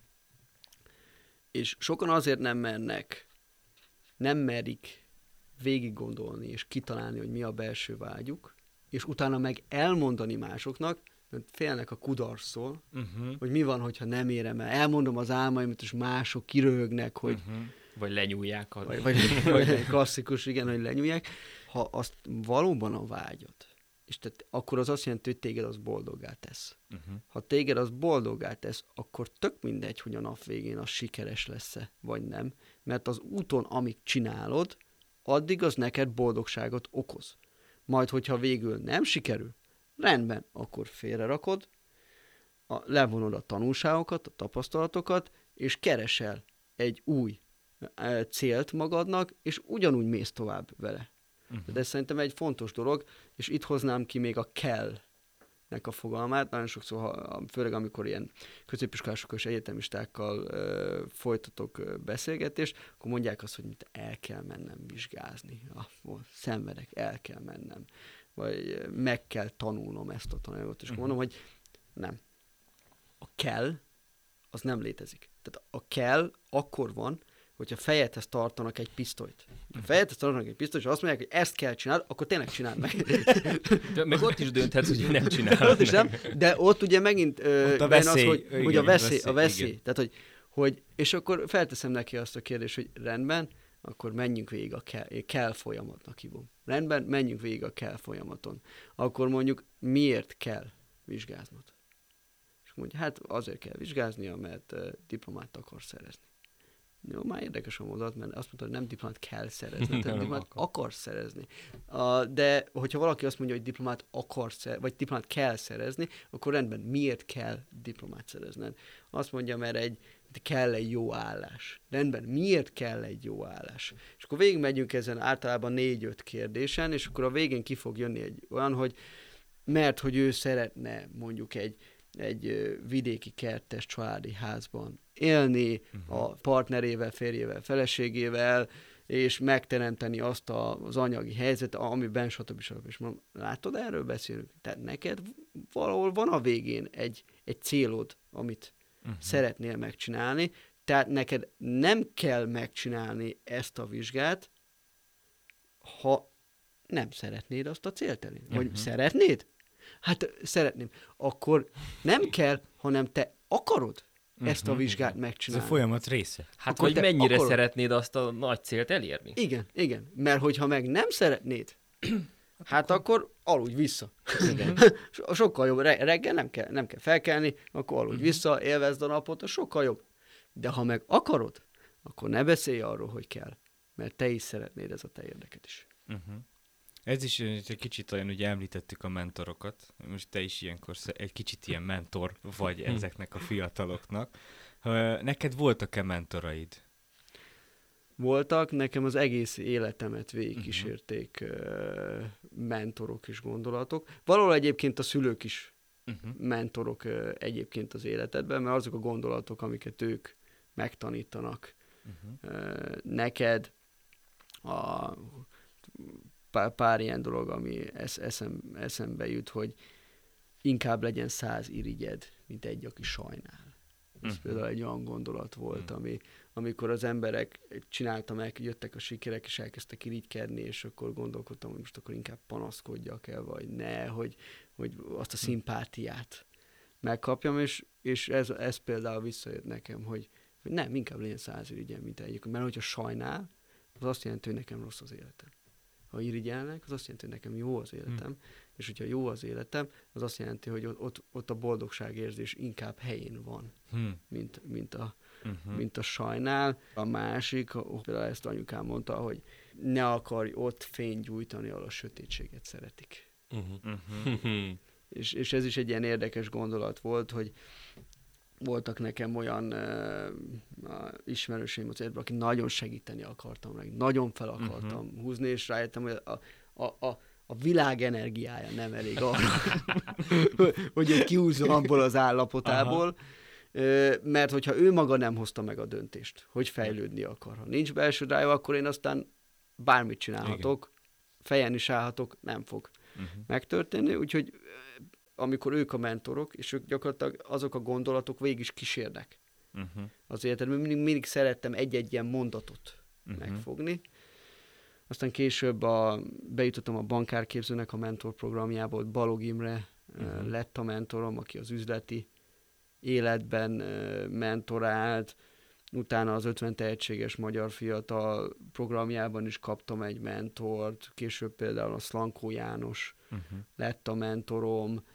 És sokan azért nem mernek, nem merik végig gondolni és kitalálni, hogy mi a belső vágyuk, és utána meg elmondani másoknak, mert félnek a kudarctól, uh-huh. hogy mi van, hogyha nem érem el. Elmondom az álmaimat, és mások kiröhögnek, hogy uh-huh. vagy lenyúlják. A... Vagy, vagy, vagy klasszikus, igen, hogy lenyúlják. Ha azt valóban a vágyat, és tehát akkor az azt jelenti, hogy téged az boldoggá tesz. Uh-huh. Ha téged az boldoggá tesz, akkor tök mindegy, hogy a nap végén az sikeres lesz-e, vagy nem. Mert az úton, amíg csinálod, addig az neked boldogságot okoz. Majd, hogyha végül nem sikerül, rendben, akkor félrerakod, a, levonod a tanulságokat, a tapasztalatokat, és keresel egy új célt magadnak, és ugyanúgy mész tovább vele. Uh-huh. De ez szerintem egy fontos dolog, és itt hoznám ki még a kell a fogalmát. Nagyon sokszor, főleg amikor ilyen középiskolásokkal és egyetemistákkal uh, folytatok uh, beszélgetést, akkor mondják azt, hogy mit el kell mennem vizsgázni. Ah, szenvedek, el kell mennem. Vagy uh, meg kell tanulnom ezt a tananyagot. És uh-huh. mondom, hogy nem. A kell, az nem létezik. Tehát a kell akkor van, hogyha fejedhez tartanak egy pisztolyt. Ha fejedhez tartanak egy pisztolyt, és azt mondják, hogy ezt kell csinálni, akkor tényleg csináld meg. De meg ott is dönthetsz, hogy nem csinálod ott is nem, de ott ugye megint ott a veszély, az, hogy, igen, hogy a veszély, veszély, a veszély. igen. Tehát, hogy, hogy, és akkor felteszem neki azt a kérdést, hogy rendben, akkor menjünk végig a kell, kell folyamatnak hívom. Rendben, menjünk végig a kell folyamaton. Akkor mondjuk miért kell vizsgáznod? És mondja, hát azért kell vizsgáznia, mert uh, diplomát akar szerezni. Jó, már érdekes a mondat, mert azt mondta, hogy nem diplomát kell szerezni, tehát diplomát akar. akarsz szerezni. Uh, de hogyha valaki azt mondja, hogy diplomát akarsz szerezni, vagy diplomát kell szerezni, akkor rendben, miért kell diplomát szerezned? Azt mondja, mert egy, kell egy jó állás. Rendben, miért kell egy jó állás? És akkor végigmegyünk ezen általában négy-öt kérdésen, és akkor a végén ki fog jönni egy olyan, hogy mert hogy ő szeretne mondjuk egy egy vidéki kertes családi házban élni, uh-huh. a partnerével, férjével, feleségével, és megteremteni azt a, az anyagi helyzetet, amiben stb. stb. És mondom, látod, erről beszélünk. Tehát neked valahol van a végén egy, egy célod, amit uh-huh. szeretnél megcsinálni, tehát neked nem kell megcsinálni ezt a vizsgát, ha nem szeretnéd azt a célt elérni. Vagy uh-huh. szeretnéd? Hát szeretném. Akkor nem kell, hanem te akarod ezt a vizsgát megcsinálni. Ez a folyamat része. Hát, akkor hogy mennyire akarod. Szeretnéd azt a nagy célt elérni? Igen, igen. Mert hogyha meg nem szeretnéd, hát, hát akkor... akkor aludj vissza. Sokkal jobb. Reggel nem kell, nem kell felkelni, akkor aludj uh-huh. vissza, élvezd a napot, az sokkal jobb. De ha meg akarod, akkor ne beszélj arról, hogy kell. Mert te is szeretnéd, ez a te érdeked is. Uh-huh. Ez is egy kicsit olyan, hogy említettük a mentorokat. Most te is ilyenkor egy kicsit ilyen mentor vagy ezeknek a fiataloknak. Neked voltak-e mentoraid? Voltak, nekem az egész életemet végigkísérték uh-huh. mentorok és gondolatok. Valahol egyébként a szülők is uh-huh. mentorok egyébként az életedben, mert azok a gondolatok, amiket ők megtanítanak uh-huh. neked, a Pár, pár ilyen dolog, ami esz, eszem, eszembe jut, hogy inkább legyen száz irigyed, mint egy, aki sajnál. Ez uh-huh. például egy olyan gondolat volt, uh-huh. ami, amikor az emberek csináltam meg, jöttek a sikerek, és elkezdtek irigykedni, és akkor gondolkodtam, hogy most akkor inkább panaszkodjak el, vagy ne, hogy, hogy azt a szimpátiát megkapjam, és, és ez, ez például visszajött nekem, hogy, hogy nem, inkább legyen száz irigyed, mint egy, mert hogyha sajnál, az azt jelenti, hogy nekem rossz az életem. Ha irigyelnek, az azt jelenti, hogy nekem jó az életem, hmm. és hogyha jó az életem, az azt jelenti, hogy ott, ott a boldogságérzés inkább helyén van, hmm. mint, mint, a, uh-huh. mint a sajnál. A másik, például ezt anyukám mondta, hogy ne akarj ott fényt gyújtani, ahol a sötétséget szeretik. Uh-huh. Uh-huh. és, és ez is egy ilyen érdekes gondolat volt, hogy voltak nekem olyan uh, ismerőseim az életben, aki nagyon segíteni akartam meg, nagyon fel akartam uh-huh. húzni, és rájöttem, hogy a, a, a, a világ energiája nem elég arra, hogy egy kihúzzon abból az állapotából, uh, mert hogyha ő maga nem hozta meg a döntést, hogy fejlődni akar. Ha nincs belső drive, akkor én aztán bármit csinálhatok, igen. fejen is állhatok, nem fog uh-huh. megtörténni, úgyhogy amikor ők a mentorok, és ők gyakorlatilag azok a gondolatok végig is kísérnek. Uh-huh. Az életedben mindig, mindig szerettem egy-egy ilyen mondatot uh-huh. megfogni. Aztán később a, bejutottam a bankárképzőnek a mentorprogramjába, Balog Imre uh-huh. lett a mentorom, aki az üzleti életben mentorált. Utána az ötven tehetséges magyar fiatal programjában is kaptam egy mentort. Később például a Szlankó János uh-huh. lett a mentorom.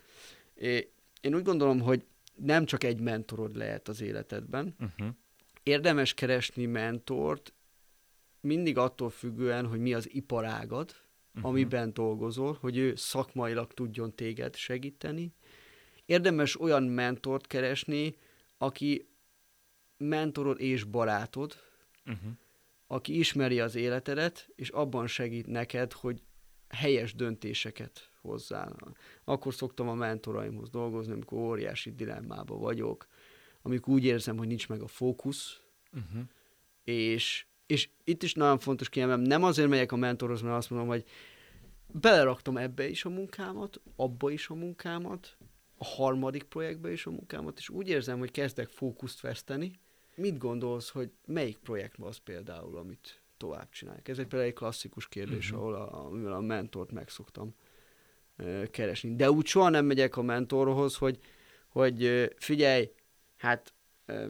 Én úgy gondolom, hogy nem csak egy mentorod lehet az életedben. Uh-huh. Érdemes keresni mentort, mindig attól függően, hogy mi az iparágad, uh-huh. amiben dolgozol, hogy ő szakmailag tudjon téged segíteni. Érdemes olyan mentort keresni, aki mentorod és barátod, uh-huh. aki ismeri az életedet, és abban segít neked, hogy helyes döntéseket hozzá. Akkor szoktam a mentoraimhoz dolgozni, amikor óriási dilemmában vagyok, amikor úgy érzem, hogy nincs meg a fókusz, uh-huh. és, és itt is nagyon fontos kiemelnem, nem azért megyek a mentorhoz, mert azt mondom, hogy beleraktam ebbe is a munkámat, abba is a munkámat, a harmadik projektbe is a munkámat, és úgy érzem, hogy kezdek fókuszt veszteni. Mit gondolsz, hogy melyik projekt az például, amit tovább csinálják? Ez egy például egy klasszikus kérdés, uh-huh. ahol a, amivel a mentort megszoktam uh, keresni. De úgy soha nem megyek a mentorhoz, hogy, hogy uh, figyelj, hát uh,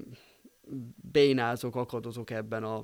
bénázok, akadozok ebben a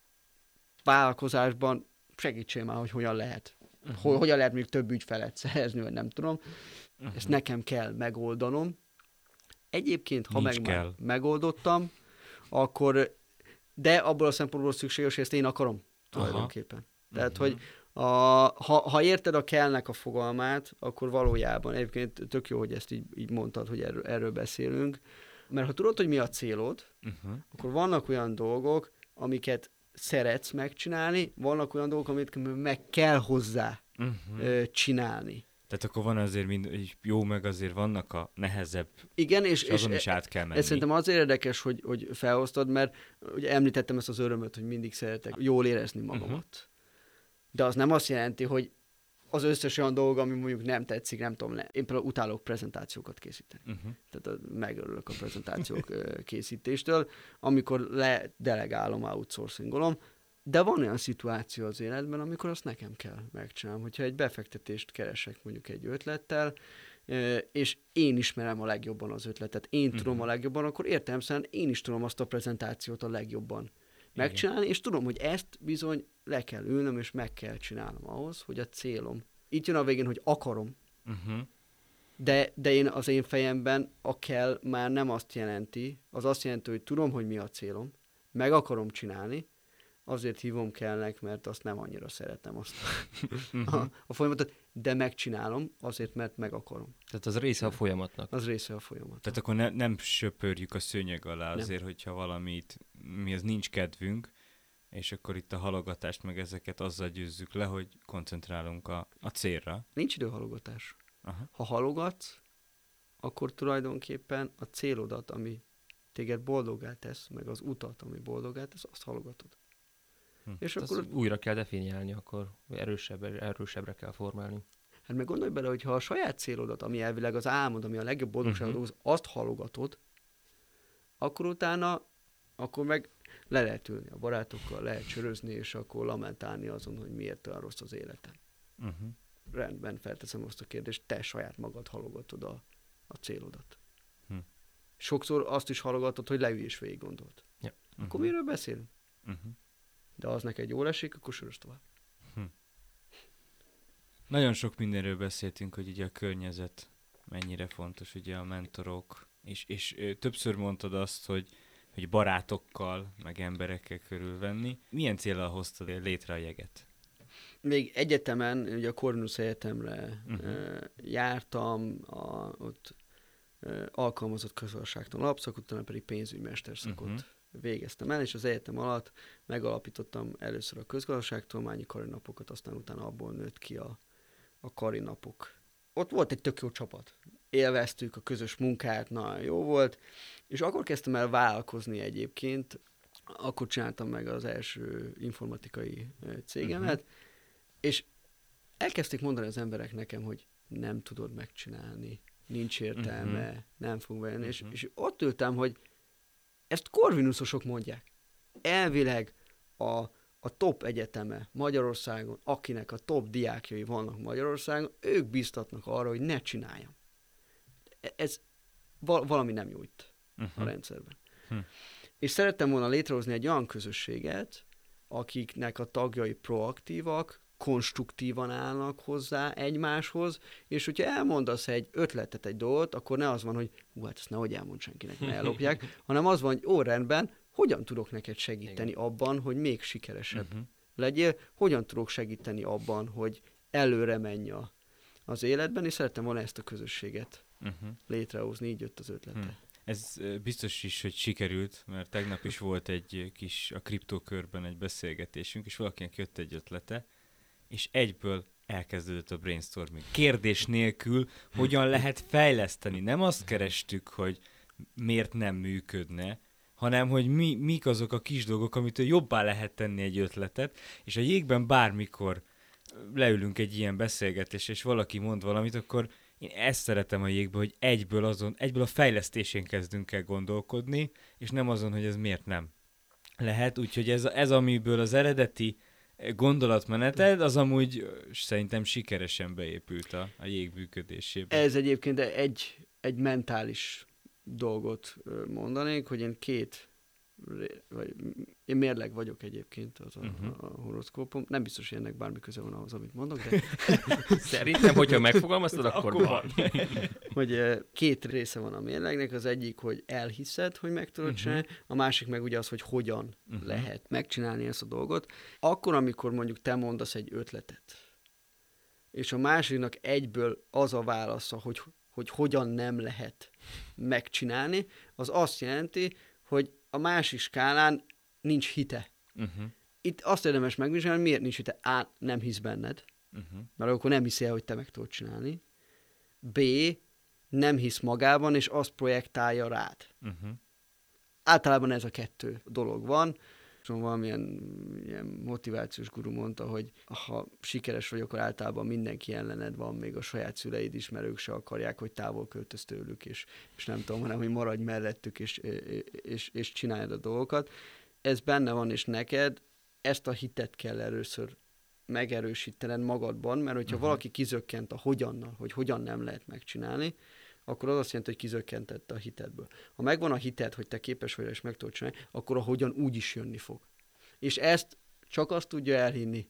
vállalkozásban, segítsél már, hogy hogyan lehet. Uh-huh. Hogy, hogyan lehet még több ügyfelet szerezni, vagy nem tudom. Uh-huh. Ezt nekem kell megoldanom. Egyébként, ha meg már megoldottam, akkor, de abból a szempontból szükséges, hogy ezt én akarom tulajdonképpen. Aha. Tehát, uh-huh. hogy a, ha, ha érted a kellnek a fogalmát, akkor valójában, egyébként tök jó, hogy ezt így, így mondtad, hogy erről, erről beszélünk, mert ha tudod, hogy mi a célod, uh-huh. akkor vannak olyan dolgok, amiket szeretsz megcsinálni, vannak olyan dolgok, amiket meg kell hozzá uh-huh. csinálni. Tehát akkor van azért mind, jó, meg azért vannak a nehezebb, igen, és, és azon és is át kell menni. Ez szerintem azért érdekes, hogy, hogy felhoztad, mert ugye említettem ezt az örömöt, hogy mindig szeretek jól érezni magamat. Uh-huh. De az nem azt jelenti, hogy az összes olyan dolog, ami mondjuk nem tetszik, nem tudom, én például utálok prezentációkat készíteni. Uh-huh. Tehát megörülök a prezentációk készítéstől, amikor ledelegálom, outsourcingolom, de van olyan szituáció az életben, amikor azt nekem kell megcsinálnom. Hogyha egy befektetést keresek mondjuk egy ötlettel, és én ismerem a legjobban az ötletet, én uh-huh. tudom a legjobban, akkor értelemszerűen én is tudom azt a prezentációt a legjobban megcsinálni, igen. És tudom, hogy ezt bizony le kell ülnöm, és meg kell csinálnom ahhoz, hogy a célom. Itt jön a végén, hogy akarom, uh-huh. de, de én az én fejemben a kell már nem azt jelenti, az azt jelenti, hogy tudom, hogy mi a célom, meg akarom csinálni, azért hívom kellnek, mert azt nem annyira szeretem azt a, a folyamatot, de megcsinálom azért, mert meg akarom. Tehát az része a folyamatnak. Az része a folyamatnak. Tehát akkor ne, nem söpörjük a szőnyeg alá azért, nem. hogyha valamit, mi az nincs kedvünk, és akkor itt a halogatást meg ezeket azzal győzzük le, hogy koncentrálunk a, a célra. Nincs időhalogatás. Aha. Ha halogatsz, akkor tulajdonképpen a célodat, ami téged boldoggá tesz, meg az utat, ami boldoggá tesz, azt halogatod. Hm. És hát akkor újra kell definiálni, akkor erősebb, erősebbre kell formálni. Hát meg gondolj bele, hogy ha a saját célodat, ami elvileg az álmod, ami a legjobb boldogságot uh-huh. hoz, azt halogatod, akkor utána, akkor meg le lehet ülni a barátokkal, lehet csörözni, és akkor lamentálni azon, hogy miért olyan rossz az életem. Uh-huh. Rendben, felteszem azt a kérdést, te saját magad halogatod a, a célodat. Uh-huh. Sokszor azt is halogatod, hogy leülj és végig gondold. Ja. Uh-huh. Akkor miről beszélünk? Uh-huh. De az neked jól esik, akkor sörös tovább. Hm. Nagyon sok mindenről beszéltünk, hogy ugye a környezet mennyire fontos, ugye a mentorok, és, és ö, többször mondtad azt, hogy, hogy barátokkal, meg emberekkel körülvenni. Milyen céllal hoztad létre a jeget? Még egyetemen, ugye a Corvinus Egyetemre uh-huh. uh, jártam, a, ott uh, alkalmazott közgazdaságtan alapszak, utána pedig pénzügymester-szakot uh-huh. végeztem el, és az egyetem alatt megalapítottam először a közgazdaságtudományi karinapokat, aztán utána abból nőtt ki a, a karinapok. Ott volt egy tök jó csapat. Élveztük a közös munkát, nagyon jó volt, és akkor kezdtem el vállalkozni egyébként, akkor csináltam meg az első informatikai cégemet, uh-huh. és elkezdték mondani az emberek nekem, hogy nem tudod megcsinálni, nincs értelme, uh-huh. nem fog bejönni, uh-huh. és, és ott ültem, hogy ezt korvinuszosok mondják. Elvileg a, a top egyeteme Magyarországon, akinek a top diákjai vannak Magyarországon, ők biztatnak arra, hogy ne csináljam. Ez val- valami nem jó itt uh-huh. a rendszerben. Uh-huh. És szerettem volna létrehozni egy olyan közösséget, akiknek a tagjai proaktívak, konstruktívan állnak hozzá egymáshoz, és hogyha elmondasz egy ötletet, egy dolgot, akkor ne az van, hogy hú, hát ezt nehogy elmond senkinek, ne ellopják, hanem az van, hogy ó, rendben, hogyan tudok neked segíteni igen. abban, hogy még sikeresebb uh-huh. legyél, hogyan tudok segíteni abban, hogy előre menj a, az életben, és szerettem volna ezt a közösséget uh-huh. létrehozni, így jött az ötlete. Hmm. Ez biztos is, hogy sikerült, mert tegnap is volt egy kis a kriptókörben egy beszélgetésünk, és valakinek jött egy ötlete, és egyből elkezdődött a brainstorming. Kérdés nélkül hogyan lehet fejleszteni. Nem azt kerestük, hogy miért nem működne, hanem hogy mi, mik azok a kis dolgok, amitől jobbá lehet tenni egy ötletet, és a jégben bármikor leülünk egy ilyen beszélgetés, és valaki mond valamit, akkor én ezt szeretem a jégben, hogy egyből azon, egyből a fejlesztésén kezdünk el gondolkodni, és nem azon, hogy ez miért nem lehet. Úgyhogy ez, ez amiből az eredeti gondolatmeneted, az amúgy szerintem sikeresen beépült a, a jég működésébe. Ez egyébként egy, egy mentális dolgot mondanék, hogy én két, vagy én mérleg vagyok egyébként az a, uh-huh. a horoszkópom. Nem biztos, hogy ennek bármi köze van ahhoz, amit mondok, de... Szerintem, hogyha megfogalmaztad, akkor, akkor van. Hogy két része van a mérlegnek, az egyik, hogy elhiszed, hogy meg tudod uh-huh. csinálni, a másik meg ugye az, hogy hogyan uh-huh. lehet megcsinálni ezt a dolgot. Akkor, amikor mondjuk te mondasz egy ötletet, és a másiknak egyből az a válasza, hogy, hogy hogyan nem lehet megcsinálni, az azt jelenti, hogy a másik skálán nincs hite. Uh-huh. Itt azt érdemes megvizsgálni, miért nincs hite. A. Nem hisz benned, uh-huh. mert akkor nem hiszi el, hogy te meg tudod csinálni. B. Nem hisz magában, és azt projektálja rád. Uh-huh. Általában ez a kettő dolog van. Szóval valamilyen ilyen motivációs guru mondta, hogy ha sikeres vagy, akkor általában mindenki ellened van, még a saját szüleid, ismerők se akarják, hogy távol költöz tőlük, és, és nem tudom, hanem hogy maradj mellettük, és, és, és csináld a dolgokat. Ez benne van, és neked ezt a hitet kell először megerősítened magadban, mert hogyha uh-huh. valaki kizökkent a hogyannal, hogy hogyan nem lehet megcsinálni, akkor az azt jelenti, hogy kizökkentett a hitedből. Ha megvan a hited, hogy te képes vagy, és meg tudod csinálni, akkor a hogyan úgy is jönni fog. És ezt csak azt tudja elhinni,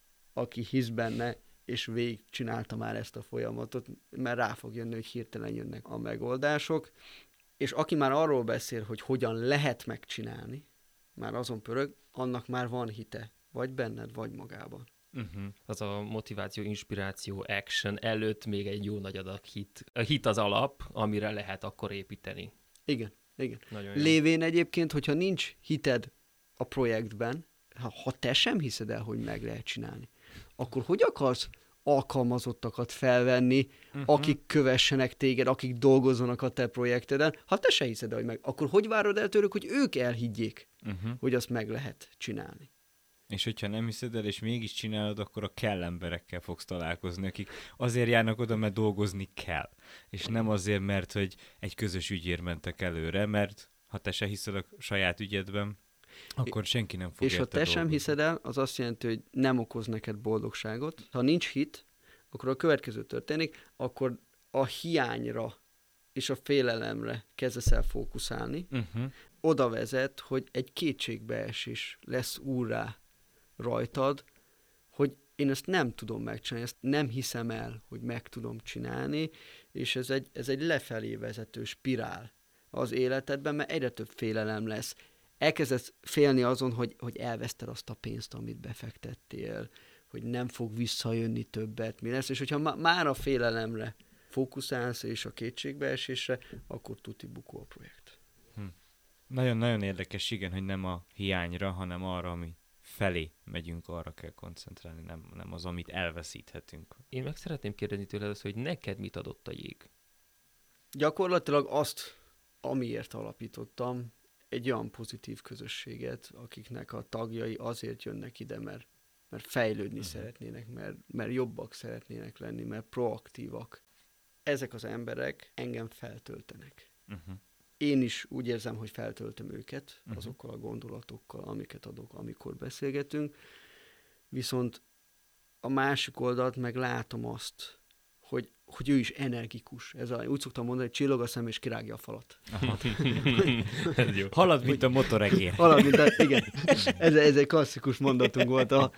aki hisz benne, és végig csinálta már ezt a folyamatot, mert rá fog jönni, hogy hirtelen jönnek a megoldások. És aki már arról beszél, hogy hogyan lehet megcsinálni, már azon pörög, annak már van hite, vagy benned, vagy magában. Uh-huh. Az a motiváció, inspiráció, action előtt még egy jó nagy adag hit. A hit az alap, amire lehet akkor építeni. Igen, igen. Nagyon Lévén egyébként, hogyha nincs hited a projektben, ha, ha te sem hiszed el, hogy meg lehet csinálni, akkor hogy akarsz alkalmazottakat felvenni, uh-huh. akik kövessenek téged, akik dolgozzanak a te projekteden, ha te se hiszed el, hogy meg, akkor hogy várod el tőlük, hogy ők elhiggyék, uh-huh. hogy azt meg lehet csinálni. És hogyha nem hiszed el, és mégis csinálod, akkor a kell emberekkel fogsz találkozni, akik azért járnak oda, mert dolgozni kell. És nem azért, mert hogy egy közös ügyért mentek előre, mert ha te se hiszed a saját ügyedben, akkor senki nem fog És ha te dolgozni. sem hiszed el, az azt jelenti, hogy nem okoz neked boldogságot. Ha nincs hit, akkor a következő történik, akkor a hiányra és a félelemre kezdesz el fókuszálni. Uh-huh. Oda vezet, hogy egy kétségbeesés lesz úrrá rajtad, hogy én ezt nem tudom megcsinálni, ezt nem hiszem el, hogy meg tudom csinálni, és ez egy, ez egy lefelé vezető spirál az életedben, mert egyre több félelem lesz. Elkezdesz félni azon, hogy, hogy elveszted azt a pénzt, amit befektettél, hogy nem fog visszajönni többet, mi lesz, és hogyha ma, már a félelemre fókuszálsz, és a kétségbeesésre, akkor tuti bukó a projekt. Hm. Nagyon-nagyon érdekes, igen, hogy nem a hiányra, hanem arra, ami felé megyünk, arra kell koncentrálni, nem, nem az, amit elveszíthetünk. Én meg szeretném kérdezni tőled azt, hogy neked mit adott a jég? Gyakorlatilag azt, amiért alapítottam, egy olyan pozitív közösséget, akiknek a tagjai azért jönnek ide, mert, mert fejlődni uh-huh. szeretnének, mert, mert jobbak szeretnének lenni, mert proaktívak. Ezek az emberek engem feltöltenek. Uh-huh. Én is úgy érzem, hogy feltöltöm őket uh-huh. azokkal a gondolatokkal, amiket adok, amikor beszélgetünk. Viszont a másik oldalt meg látom azt, hogy, hogy ő is energikus. Ez a, úgy szoktam mondani, hogy csillog a szem és kirágja a falat. Halad, mint a motoregér. Halad, mint a, igen. Ez, ez egy klasszikus mondatunk volt. A,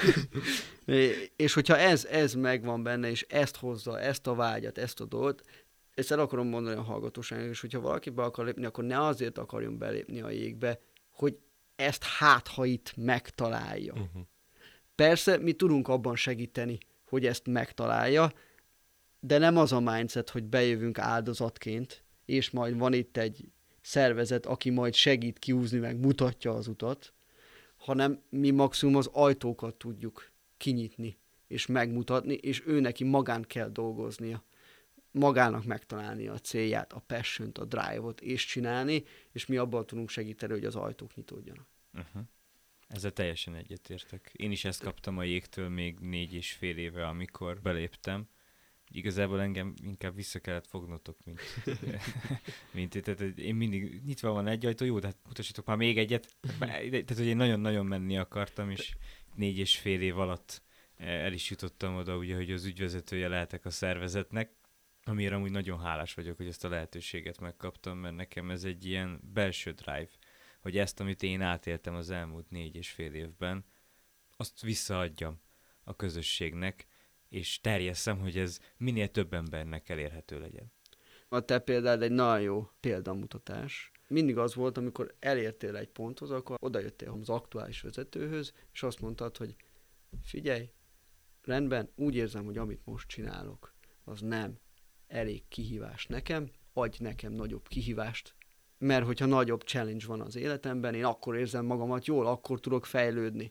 és hogyha ez, ez megvan benne, és ezt hozza, ezt a vágyat, ezt a dolgot, ezt el akarom mondani a hallgatóságnak, és hogyha valaki be akar lépni, akkor ne azért akarjon belépni a jégbe, hogy ezt hát, ha itt megtalálja. Uh-huh. Persze, mi tudunk abban segíteni, hogy ezt megtalálja, de nem az a mindset, hogy bejövünk áldozatként, és majd van itt egy szervezet, aki majd segít kiúzni, meg mutatja az utat, hanem mi maximum az ajtókat tudjuk kinyitni, és megmutatni, és ő neki magán kell dolgoznia. Magának megtalálni a célját, a passion-t, a drive-ot, és csinálni, és mi abban tudunk segíteni, hogy az ajtók nyitódjanak. Uh-huh. Ezzel teljesen egyetértek. Én is ezt kaptam a jégtől még négy és fél éve, amikor beléptem. Igazából engem inkább vissza kellett fognotok, mint, mint tehát én mindig nyitva van egy ajtó, jó, de hát mutasítok már még egyet. Tehát, hogy én nagyon-nagyon menni akartam, és négy és fél év alatt el is jutottam oda, ugye, hogy az ügyvezetője lehetek a szervezetnek, amire amúgy nagyon hálás vagyok, hogy ezt a lehetőséget megkaptam, mert nekem ez egy ilyen belső drive, hogy ezt, amit én átéltem az elmúlt négy és fél évben, azt visszaadjam a közösségnek, és terjesszem, hogy ez minél több embernek elérhető legyen. A te példád egy nagyon jó példamutatás. Mindig az volt, amikor elértél egy ponthoz, akkor odajöttél az aktuális vezetőhöz, és azt mondtad, hogy figyelj, rendben, úgy érzem, hogy amit most csinálok, az nem elég kihívás nekem, adj nekem nagyobb kihívást, mert hogyha nagyobb challenge van az életemben, én akkor érzem magamat jól, akkor tudok fejlődni.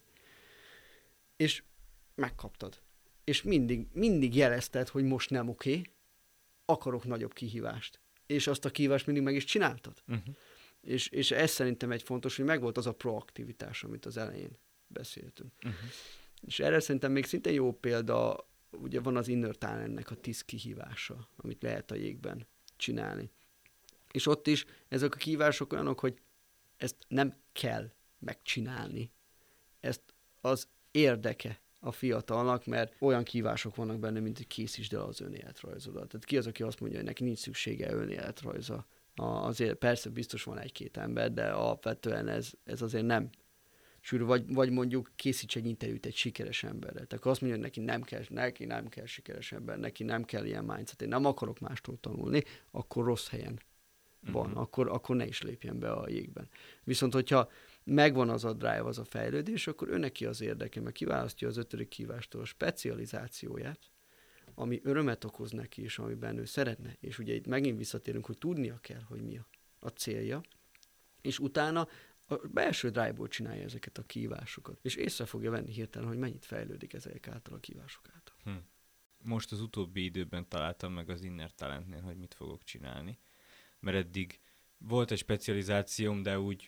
És megkaptad. És mindig, mindig jelezted, hogy most nem oké, okay, akarok nagyobb kihívást. És azt a kihívást mindig meg is csináltad. Uh-huh. És, és ez szerintem egy fontos, hogy megvolt az a proaktivitás, amit az elején beszéltünk. Uh-huh. És erre szerintem még szinte jó példa, ugye van az Inner Talentnek a tíz kihívása, amit lehet a jégben csinálni. És ott is ezek a kihívások olyanok, hogy ezt nem kell megcsinálni. Ezt az érdeke a fiatalnak, mert olyan kihívások vannak benne, mint hogy készítsd el az önéletrajzodat. Tehát ki az, aki azt mondja, hogy neki nincs szüksége önéletrajza. Azért persze biztos van egy-két ember, de alapvetően ez, ez azért nem sűrű. Vagy, vagy mondjuk készíts egy interjút egy sikeres emberrel. Tehát azt mondja, hogy neki nem kell, neki nem kell sikeres ember, neki nem kell ilyen mindset, én nem akarok mástól tanulni, akkor rossz helyen van, uh-huh. akkor, akkor ne is lépjen be a jégben. Viszont, hogyha megvan az a drive, az a fejlődés, akkor ő neki az érdeke, mert kiválasztja az ötödik kívástól a specializációját, ami örömet okoz neki, és amiben ő szeretne. És ugye itt megint visszatérünk, hogy tudnia kell, hogy mi a, a célja, és utána a belső drive-ból csinálja ezeket a kívásokat, és észre fogja venni hirtelen, hogy mennyit fejlődik ezek által a kívások által. Hm. Most az utóbbi időben találtam meg az Inner Talentnél, hogy mit fogok csinálni, mert eddig volt egy specializációm, de úgy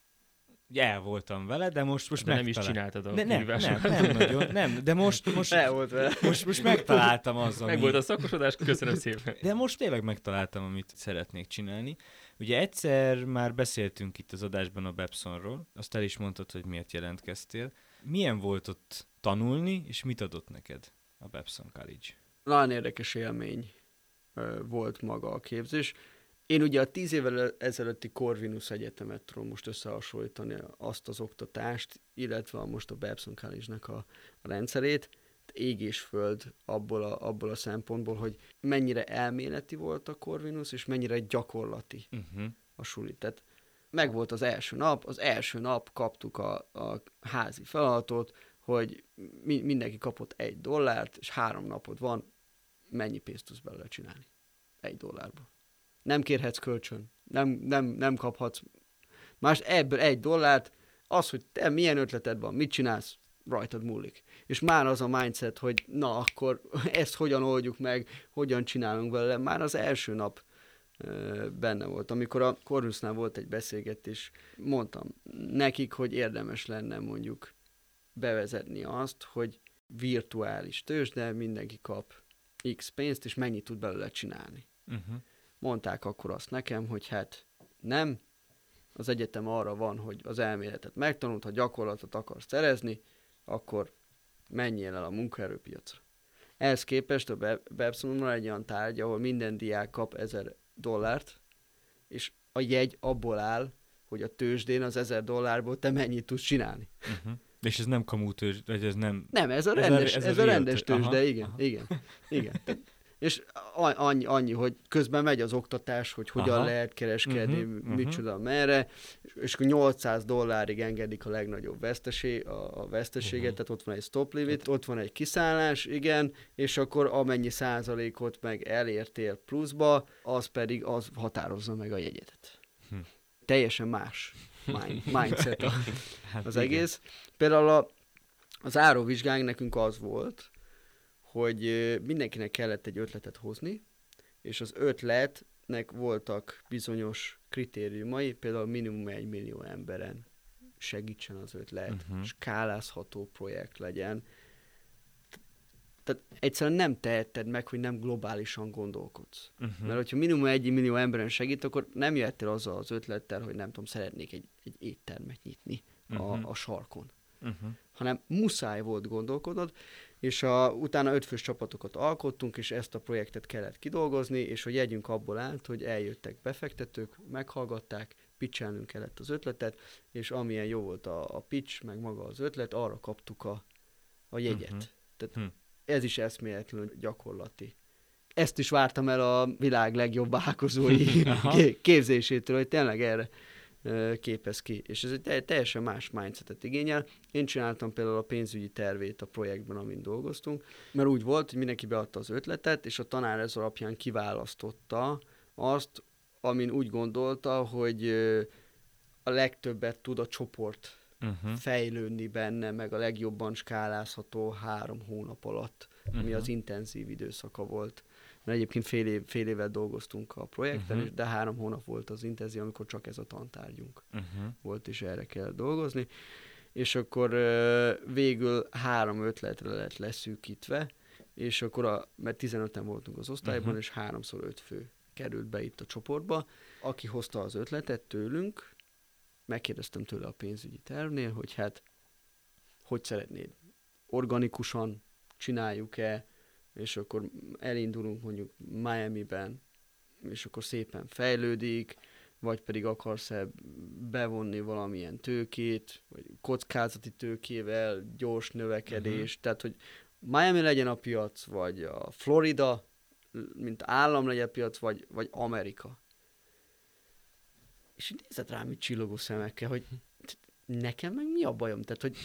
el voltam vele, de most, most de nem is csináltad a de nem, nem, nem nagyon, nem, de most, most, el volt vele. most, most megtaláltam az, ami... Meg volt a szakosodás, köszönöm szépen. De most tényleg megtaláltam, amit szeretnék csinálni. Ugye egyszer már beszéltünk itt az adásban a Babsonról, azt el is mondtad, hogy miért jelentkeztél. Milyen volt ott tanulni, és mit adott neked a Babson College? Nagyon érdekes élmény volt maga a képzés. Én ugye a tíz évvel ezelőtti Corvinus Egyetemet tudom most összehasonlítani azt az oktatást, illetve most a Babson College-nek a, a rendszerét. Ég és föld abból a, abból a szempontból, hogy mennyire elméleti volt a Corvinus, és mennyire gyakorlati uh-huh. a suli. Tehát meg volt az első nap, az első nap kaptuk a, a házi feladatot, hogy mi, mindenki kapott egy dollárt, és három napod van, mennyi pénzt tudsz belőle csinálni? Egy dollárból. Nem kérhetsz kölcsön, nem, nem, nem kaphatsz más, ebből egy dollárt, az, hogy te milyen ötleted van, mit csinálsz, rajtad múlik. És már az a mindset, hogy na, akkor ezt hogyan oldjuk meg, hogyan csinálunk vele, már az első nap ö, benne volt. Amikor a Corvinusnál volt egy beszélgetés, mondtam nekik, hogy érdemes lenne mondjuk bevezetni azt, hogy virtuális tőzsde, mindenki kap X pénzt, és mennyit tud belőle csinálni. Uh-huh. Mondták akkor azt nekem, hogy hát nem, az egyetem arra van, hogy az elméletet megtanult, ha gyakorlatot akarsz szerezni, akkor menjél el a munkaerőpiacra. Ehhez képest a Babsonon egy olyan tárgy, ahol minden diák kap ezer dollárt, és a jegy abból áll, hogy a tőzsdén az ezer dollárból te mennyit tudsz csinálni. Uh-huh. És ez nem kamú tőzsde, vagy ez nem... Nem, ez a rendes, ez a, ez a rendes tőzsde, aha, igen, aha. igen, igen. És annyi, annyi, hogy közben megy az oktatás, hogy hogyan aha. lehet kereskedni, uh-huh, micsoda, uh-huh. merre, és akkor nyolcszáz dollárig engedik a legnagyobb veszteség, a, a veszteséget, uh-huh. tehát ott van egy stop limit, ott van egy kiszállás, igen, és akkor amennyi százalékot meg elértél pluszba, az pedig az határozza meg a jegyedet. Hm. Teljesen más mind, mindset a, az egész. Például a, az áróvizsgánk nekünk az volt, hogy mindenkinek kellett egy ötletet hozni, és az ötletnek voltak bizonyos kritériumai, például minimum egy millió emberen segítsen az ötlet, uh-huh. skálázható projekt legyen. Tehát egyszerűen nem teheted meg, hogy nem globálisan gondolkodsz. Uh-huh. Mert hogyha minimum egy millió emberen segít, akkor nem jöttél azzal az ötlettel, hogy nem tudom, szeretnék egy, egy éttermet nyitni uh-huh. a, a sarkon. Uh-huh. Hanem muszáj volt gondolkodnod, és a, utána ötfős csapatokat alkottunk, és ezt a projektet kellett kidolgozni, és hogy jegyünk abból állt, hogy eljöttek befektetők, meghallgatták, pitchelnünk kellett az ötletet, és amilyen jó volt a, a pitch, meg maga az ötlet, arra kaptuk a, a jegyet. Uh-huh. Tehát uh-huh. ez is eszméletlenül gyakorlati. Ezt is vártam el a világ legjobb vállalkozói képzésétől, hogy tényleg erre képez ki. És ez egy teljesen más mindsetet igényel. Én csináltam például a pénzügyi tervét a projektben, amin dolgoztunk, mert úgy volt, hogy mindenki beadta az ötletet, és a tanár ez alapján kiválasztotta azt, amin úgy gondolta, hogy a legtöbbet tud a csoport uh-huh. fejlődni benne, meg a legjobban skálázható három hónap alatt, uh-huh. ami az intenzív időszaka volt. Mert egyébként fél, év, fél évvel dolgoztunk a projekten, uh-huh. de három hónap volt az intenzív, amikor csak ez a tantárgyunk uh-huh. volt, és erre kell dolgozni. És akkor végül három ötletre lett leszűkítve, és akkor, a, mert tizenöten voltunk az osztályban, uh-huh. és háromszor öt fő került be itt a csoportba. Aki hozta az ötletet tőlünk, megkérdeztem tőle a pénzügyi tervnél, hogy hát, hogy szeretnéd? Organikusan csináljuk-e, és akkor elindulunk mondjuk Miamiben, és akkor szépen fejlődik, vagy pedig akarsz-e bevonni valamilyen tőkét, vagy kockázati tőkével, gyors növekedés, uh-huh. tehát, hogy Miami legyen a piac, vagy a Florida, mint állam legyen a piac, vagy, vagy Amerika. És így nézett rám így csillogó szemekkel, hogy nekem meg mi a bajom? Tehát, hogy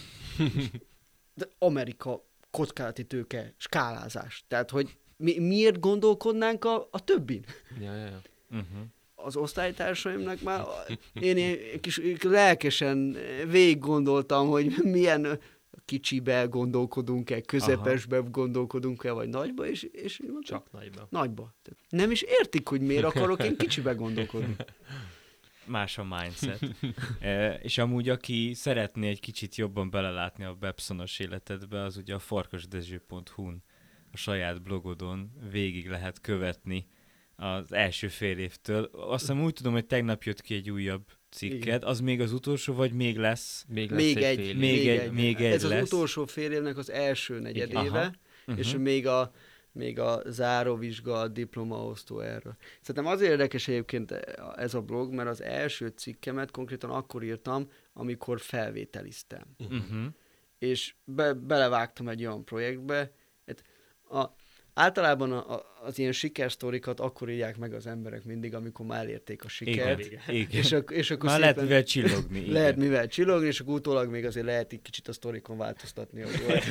de Amerika kockázati tőke, skálázás. Tehát, hogy mi, miért gondolkodnánk a, a többin? Ja, ja, ja. Uh-huh. Az osztálytársaimnak már én, én kis lelkesen végig gondoltam, hogy milyen kicsibe gondolkodunk-e, közepesbe Aha. gondolkodunk-e, vagy nagyba, és, és mondtam, csak nagyba. Nagyba. Nem is értik, hogy miért akarok én kicsibe gondolkodni. Más a mindset. e, és amúgy, aki szeretné egy kicsit jobban belelátni a Babsonos életedbe, az ugye a farkasdezső pont hu-n, a saját blogodon végig lehet követni az első fél évtől. Azt hiszem úgy tudom, hogy tegnap jött ki egy újabb cikked, az még az utolsó, vagy még lesz? Még, lesz még egy, egy, fél még egy, egy, még egy Ez lesz. az utolsó fél évnek az első negyedéve, és uh-huh. még a még a záróvizsga, a diplomaosztó erről. Szerintem azért érdekes egyébként ez a blog, mert az első cikkemet konkrétan akkor írtam, amikor felvételiztem. Uh-huh. És be, belevágtam egy olyan projektbe. A, általában a, a, az ilyen sikersztorikat akkor írják meg az emberek mindig, amikor már elérték a sikert. Igen, igen. És, ak- és akkor már lehet mivel csillogni. Igen. Lehet mivel csillogni, és akkor utólag még azért lehet egy kicsit a sztorikon változtatni.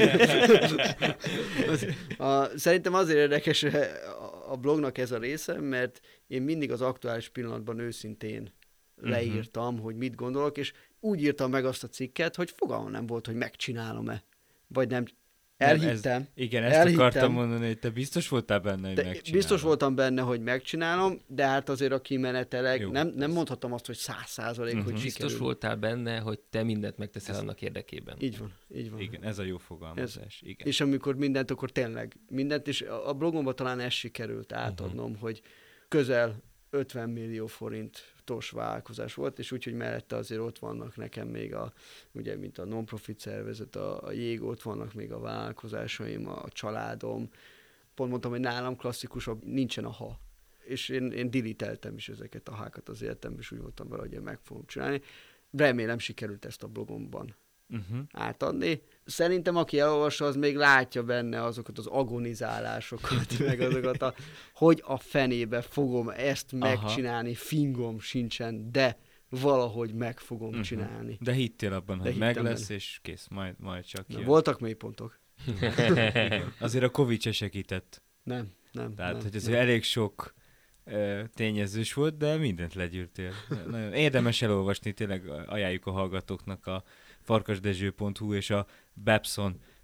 az, a, szerintem azért érdekes a, a blognak ez a része, mert én mindig az aktuális pillanatban őszintén leírtam, uh-huh. hogy mit gondolok, és úgy írtam meg azt a cikket, hogy fogalmam nem volt, hogy megcsinálom-e, vagy nem. Elhittem. Nem, ez, igen, ezt elhittem, akartam mondani, hogy te biztos voltál benne, hogy megcsinálom. Biztos voltam benne, hogy megcsinálom, de hát azért a kimeneteleg nem, nem mondhatom azt, hogy száz százalék, uh-huh. hogy biztos sikerül. voltál benne, hogy te mindent megteszel ez annak érdekében. Így van, így van. Igen, ez a jó fogalmazás. Igen. És amikor mindent, akkor tényleg mindent, és a blogomban talán ez sikerült átadnom, uh-huh. hogy közel ötven millió forintos vállalkozás volt, és úgyhogy mellette azért ott vannak nekem még a, ugye, mint a non-profit szervezet, a, a jég, ott vannak még a vállalkozásaim, a családom. Pont mondtam, hogy nálam klasszikusabb, nincsen a ha. És én, én diliteltem is ezeket a hákat az életemben, és úgy voltam vele, hogy én meg fogom csinálni. Remélem sikerült ezt a blogomban uh-huh. átadni. Szerintem, aki elolvassa, az még látja benne azokat az agonizálásokat, meg azokat a, hogy a fenébe fogom ezt megcsinálni, Aha. fingom sincsen, de valahogy meg fogom uh-huh. csinálni. De hittél abban, de hogy meg lesz, benne. És kész, majd, majd csak jön. Voltak mélypontok. Azért a Covid se segített. Nem, nem. Tehát, nem, hogy ez nem. elég sok uh, tényezős volt, de mindent legyűrtél. Nagyon érdemes elolvasni, tényleg ajánljuk a hallgatóknak a farkasdezső pont hu és a Babson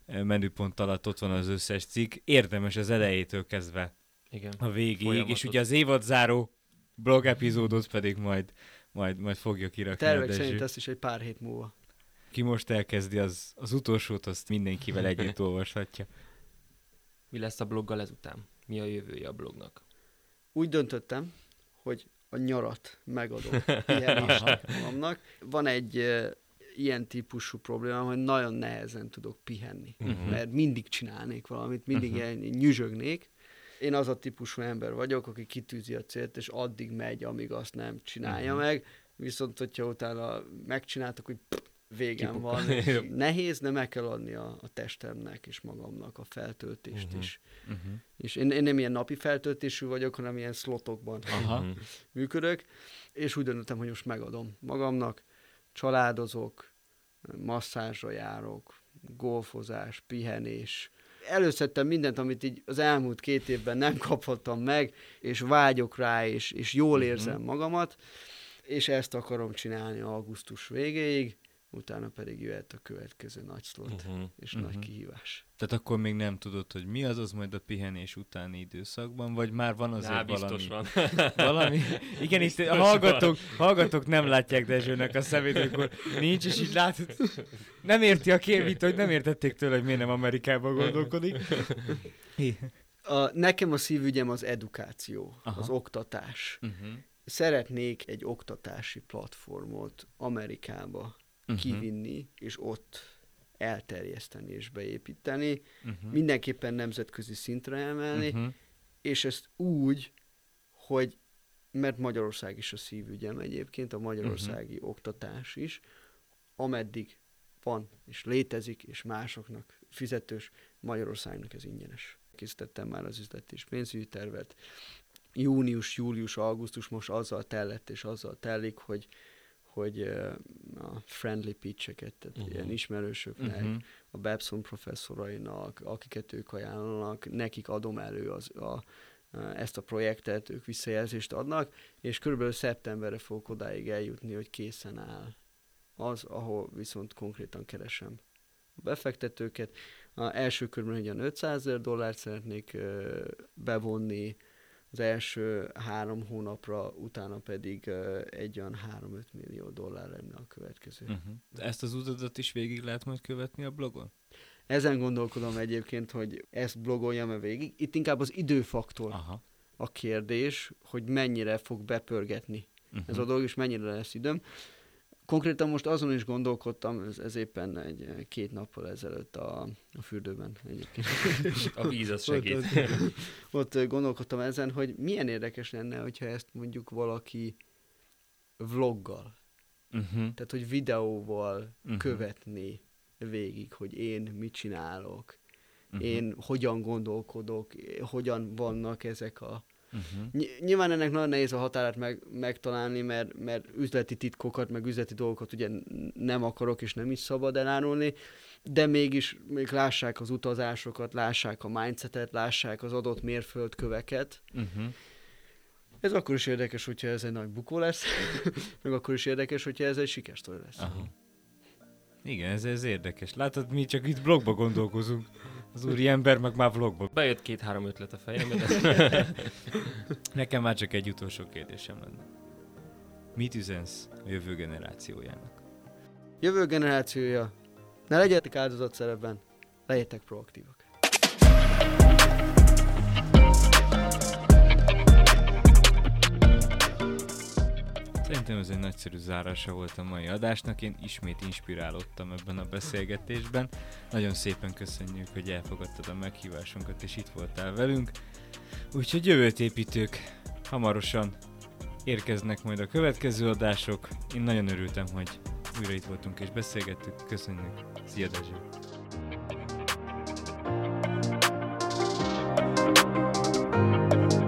menüpont alatt ott van az összes cikk. Érdemes az elejétől kezdve Igen. a végéig, Folyamatot. és ugye az évadzáró blog epizódot pedig majd, majd, majd fogja kirakni. Tervek szerint ezt is egy pár hét múlva. Ki most elkezdi, az, az utolsót, azt mindenkivel együtt olvashatja. Mi lesz a bloggal ezután? Mi a jövője a blognak? Úgy döntöttem, hogy a nyarat megadom pihenésre magamnak. Van egy uh, ilyen típusú problémám, hogy nagyon nehezen tudok pihenni, uh-huh. mert mindig csinálnék valamit, mindig uh-huh. ilyen nyüzsögnék. Én az a típusú ember vagyok, aki kitűzi a célt, és addig megy, amíg azt nem csinálja uh-huh. meg. Viszont, hogyha utána megcsináltak, hogy pff, végem Kipuk. van. Nehéz, de meg kell adni a, a testemnek és magamnak a feltöltést uh-huh. is. Uh-huh. És én, én nem ilyen napi feltöltésű vagyok, hanem ilyen slotokban uh-huh. működök, és úgy döntöttem, hogy most megadom magamnak. Családozok, masszázsra járok, golfozás, pihenés. Előszedtem mindent, amit így az elmúlt két évben nem kaphattam meg, és vágyok rá, és, és jól érzem uh-huh. magamat, és ezt akarom csinálni augusztus végéig, utána pedig jöhet a következő nagy slot uh-huh. és uh-huh. nagy kihívás. Tehát akkor még nem tudod, hogy mi az az majd a pihenés utáni időszakban, vagy már van azért Ná, valami? biztos van. valami? Igen, biztos itt a hallgatók, hallgatók nem látják Dezsőnek a szemét, amikor nincs, és így látod, nem érti a kérvit, hogy nem értették tőle, hogy miért nem Amerikában gondolkodik. A, nekem a szívügyem az edukáció, Aha. az oktatás. Uh-huh. Szeretnék egy oktatási platformot Amerikába uh-huh. kivinni, és ott elterjeszteni és beépíteni, uh-huh. mindenképpen nemzetközi szintre emelni, uh-huh. és ezt úgy, hogy, mert Magyarország is a szívügyem egyébként, a magyarországi uh-huh. oktatás is, ameddig van, és létezik, és másoknak fizetős, Magyarországnak ez ingyenes. Készítettem már az üzleti és pénzügyi tervet. Június, július, augusztus most azzal tellett, és azzal tellik, hogy hogy uh, a friendly pitch-eket, tehát uh-huh. ilyen ismerősöknek, uh-huh. a Babson professzorainak, akiket ők ajánlanak, nekik adom elő az, a, a, ezt a projektet, ők visszajelzést adnak, és körülbelül szeptemberre fogok odáig eljutni, hogy készen áll az, ahol viszont konkrétan keresem a befektetőket. Az első körben ugyan ötszázezer dollárt szeretnék uh, bevonni, az első három hónapra, utána pedig uh, egy olyan három-öt millió dollár lenne a következő. Uh-huh. Ezt az utadat is végig lehet majd követni a blogon? Ezen gondolkodom egyébként, hogy ezt blogoljam-e végig. Itt inkább az időfaktor Aha. a kérdés, hogy mennyire fog bepörgetni uh-huh. ez a dolog, és mennyire lesz időm. Konkrétan most azon is gondolkodtam, ez, ez éppen egy két nappal ezelőtt a, a fürdőben egyébként. A víz az segít. ott, ott gondolkodtam ezen, hogy milyen érdekes lenne, hogyha ezt mondjuk valaki vloggal, uh-huh. tehát hogy videóval uh-huh. követni végig, hogy én mit csinálok, uh-huh. én hogyan gondolkodok, hogyan vannak ezek a Uh-huh. Ny- nyilván ennek nagyon nehéz a határát meg, megtalálni, mert, mert üzleti titkokat, meg üzleti dolgokat ugye nem akarok és nem is szabad elárulni, de mégis még lássák az utazásokat, lássák a mindsetet, lássák az adott mérföldköveket. Uh-huh. Ez akkor is érdekes, hogyha ez egy nagy bukó lesz, meg akkor is érdekes, hogyha ez egy sikersztori lesz. Aha. Igen, ez, ez érdekes. Látod, mi csak itt blogba gondolkozunk. Az úri ember meg már vlogba. Bejött két-három ötlet a fejembe, de... Nekem már csak egy utolsó kérdésem lenne. Mit üzensz a jövő generációjának? Jövő generációja, ne legyetek áldozat szerepben, legyetek proaktívak. Szerintem ez egy nagyszerű zárása volt a mai adásnak, én ismét inspirálódtam ebben a beszélgetésben. Nagyon szépen köszönjük, hogy elfogadtad a meghívásunkat és itt voltál velünk. Úgyhogy jövőtépítők, hamarosan érkeznek majd a következő adások. Én nagyon örültem, hogy újra itt voltunk és beszélgettük. Köszönjük. Szia Dezső!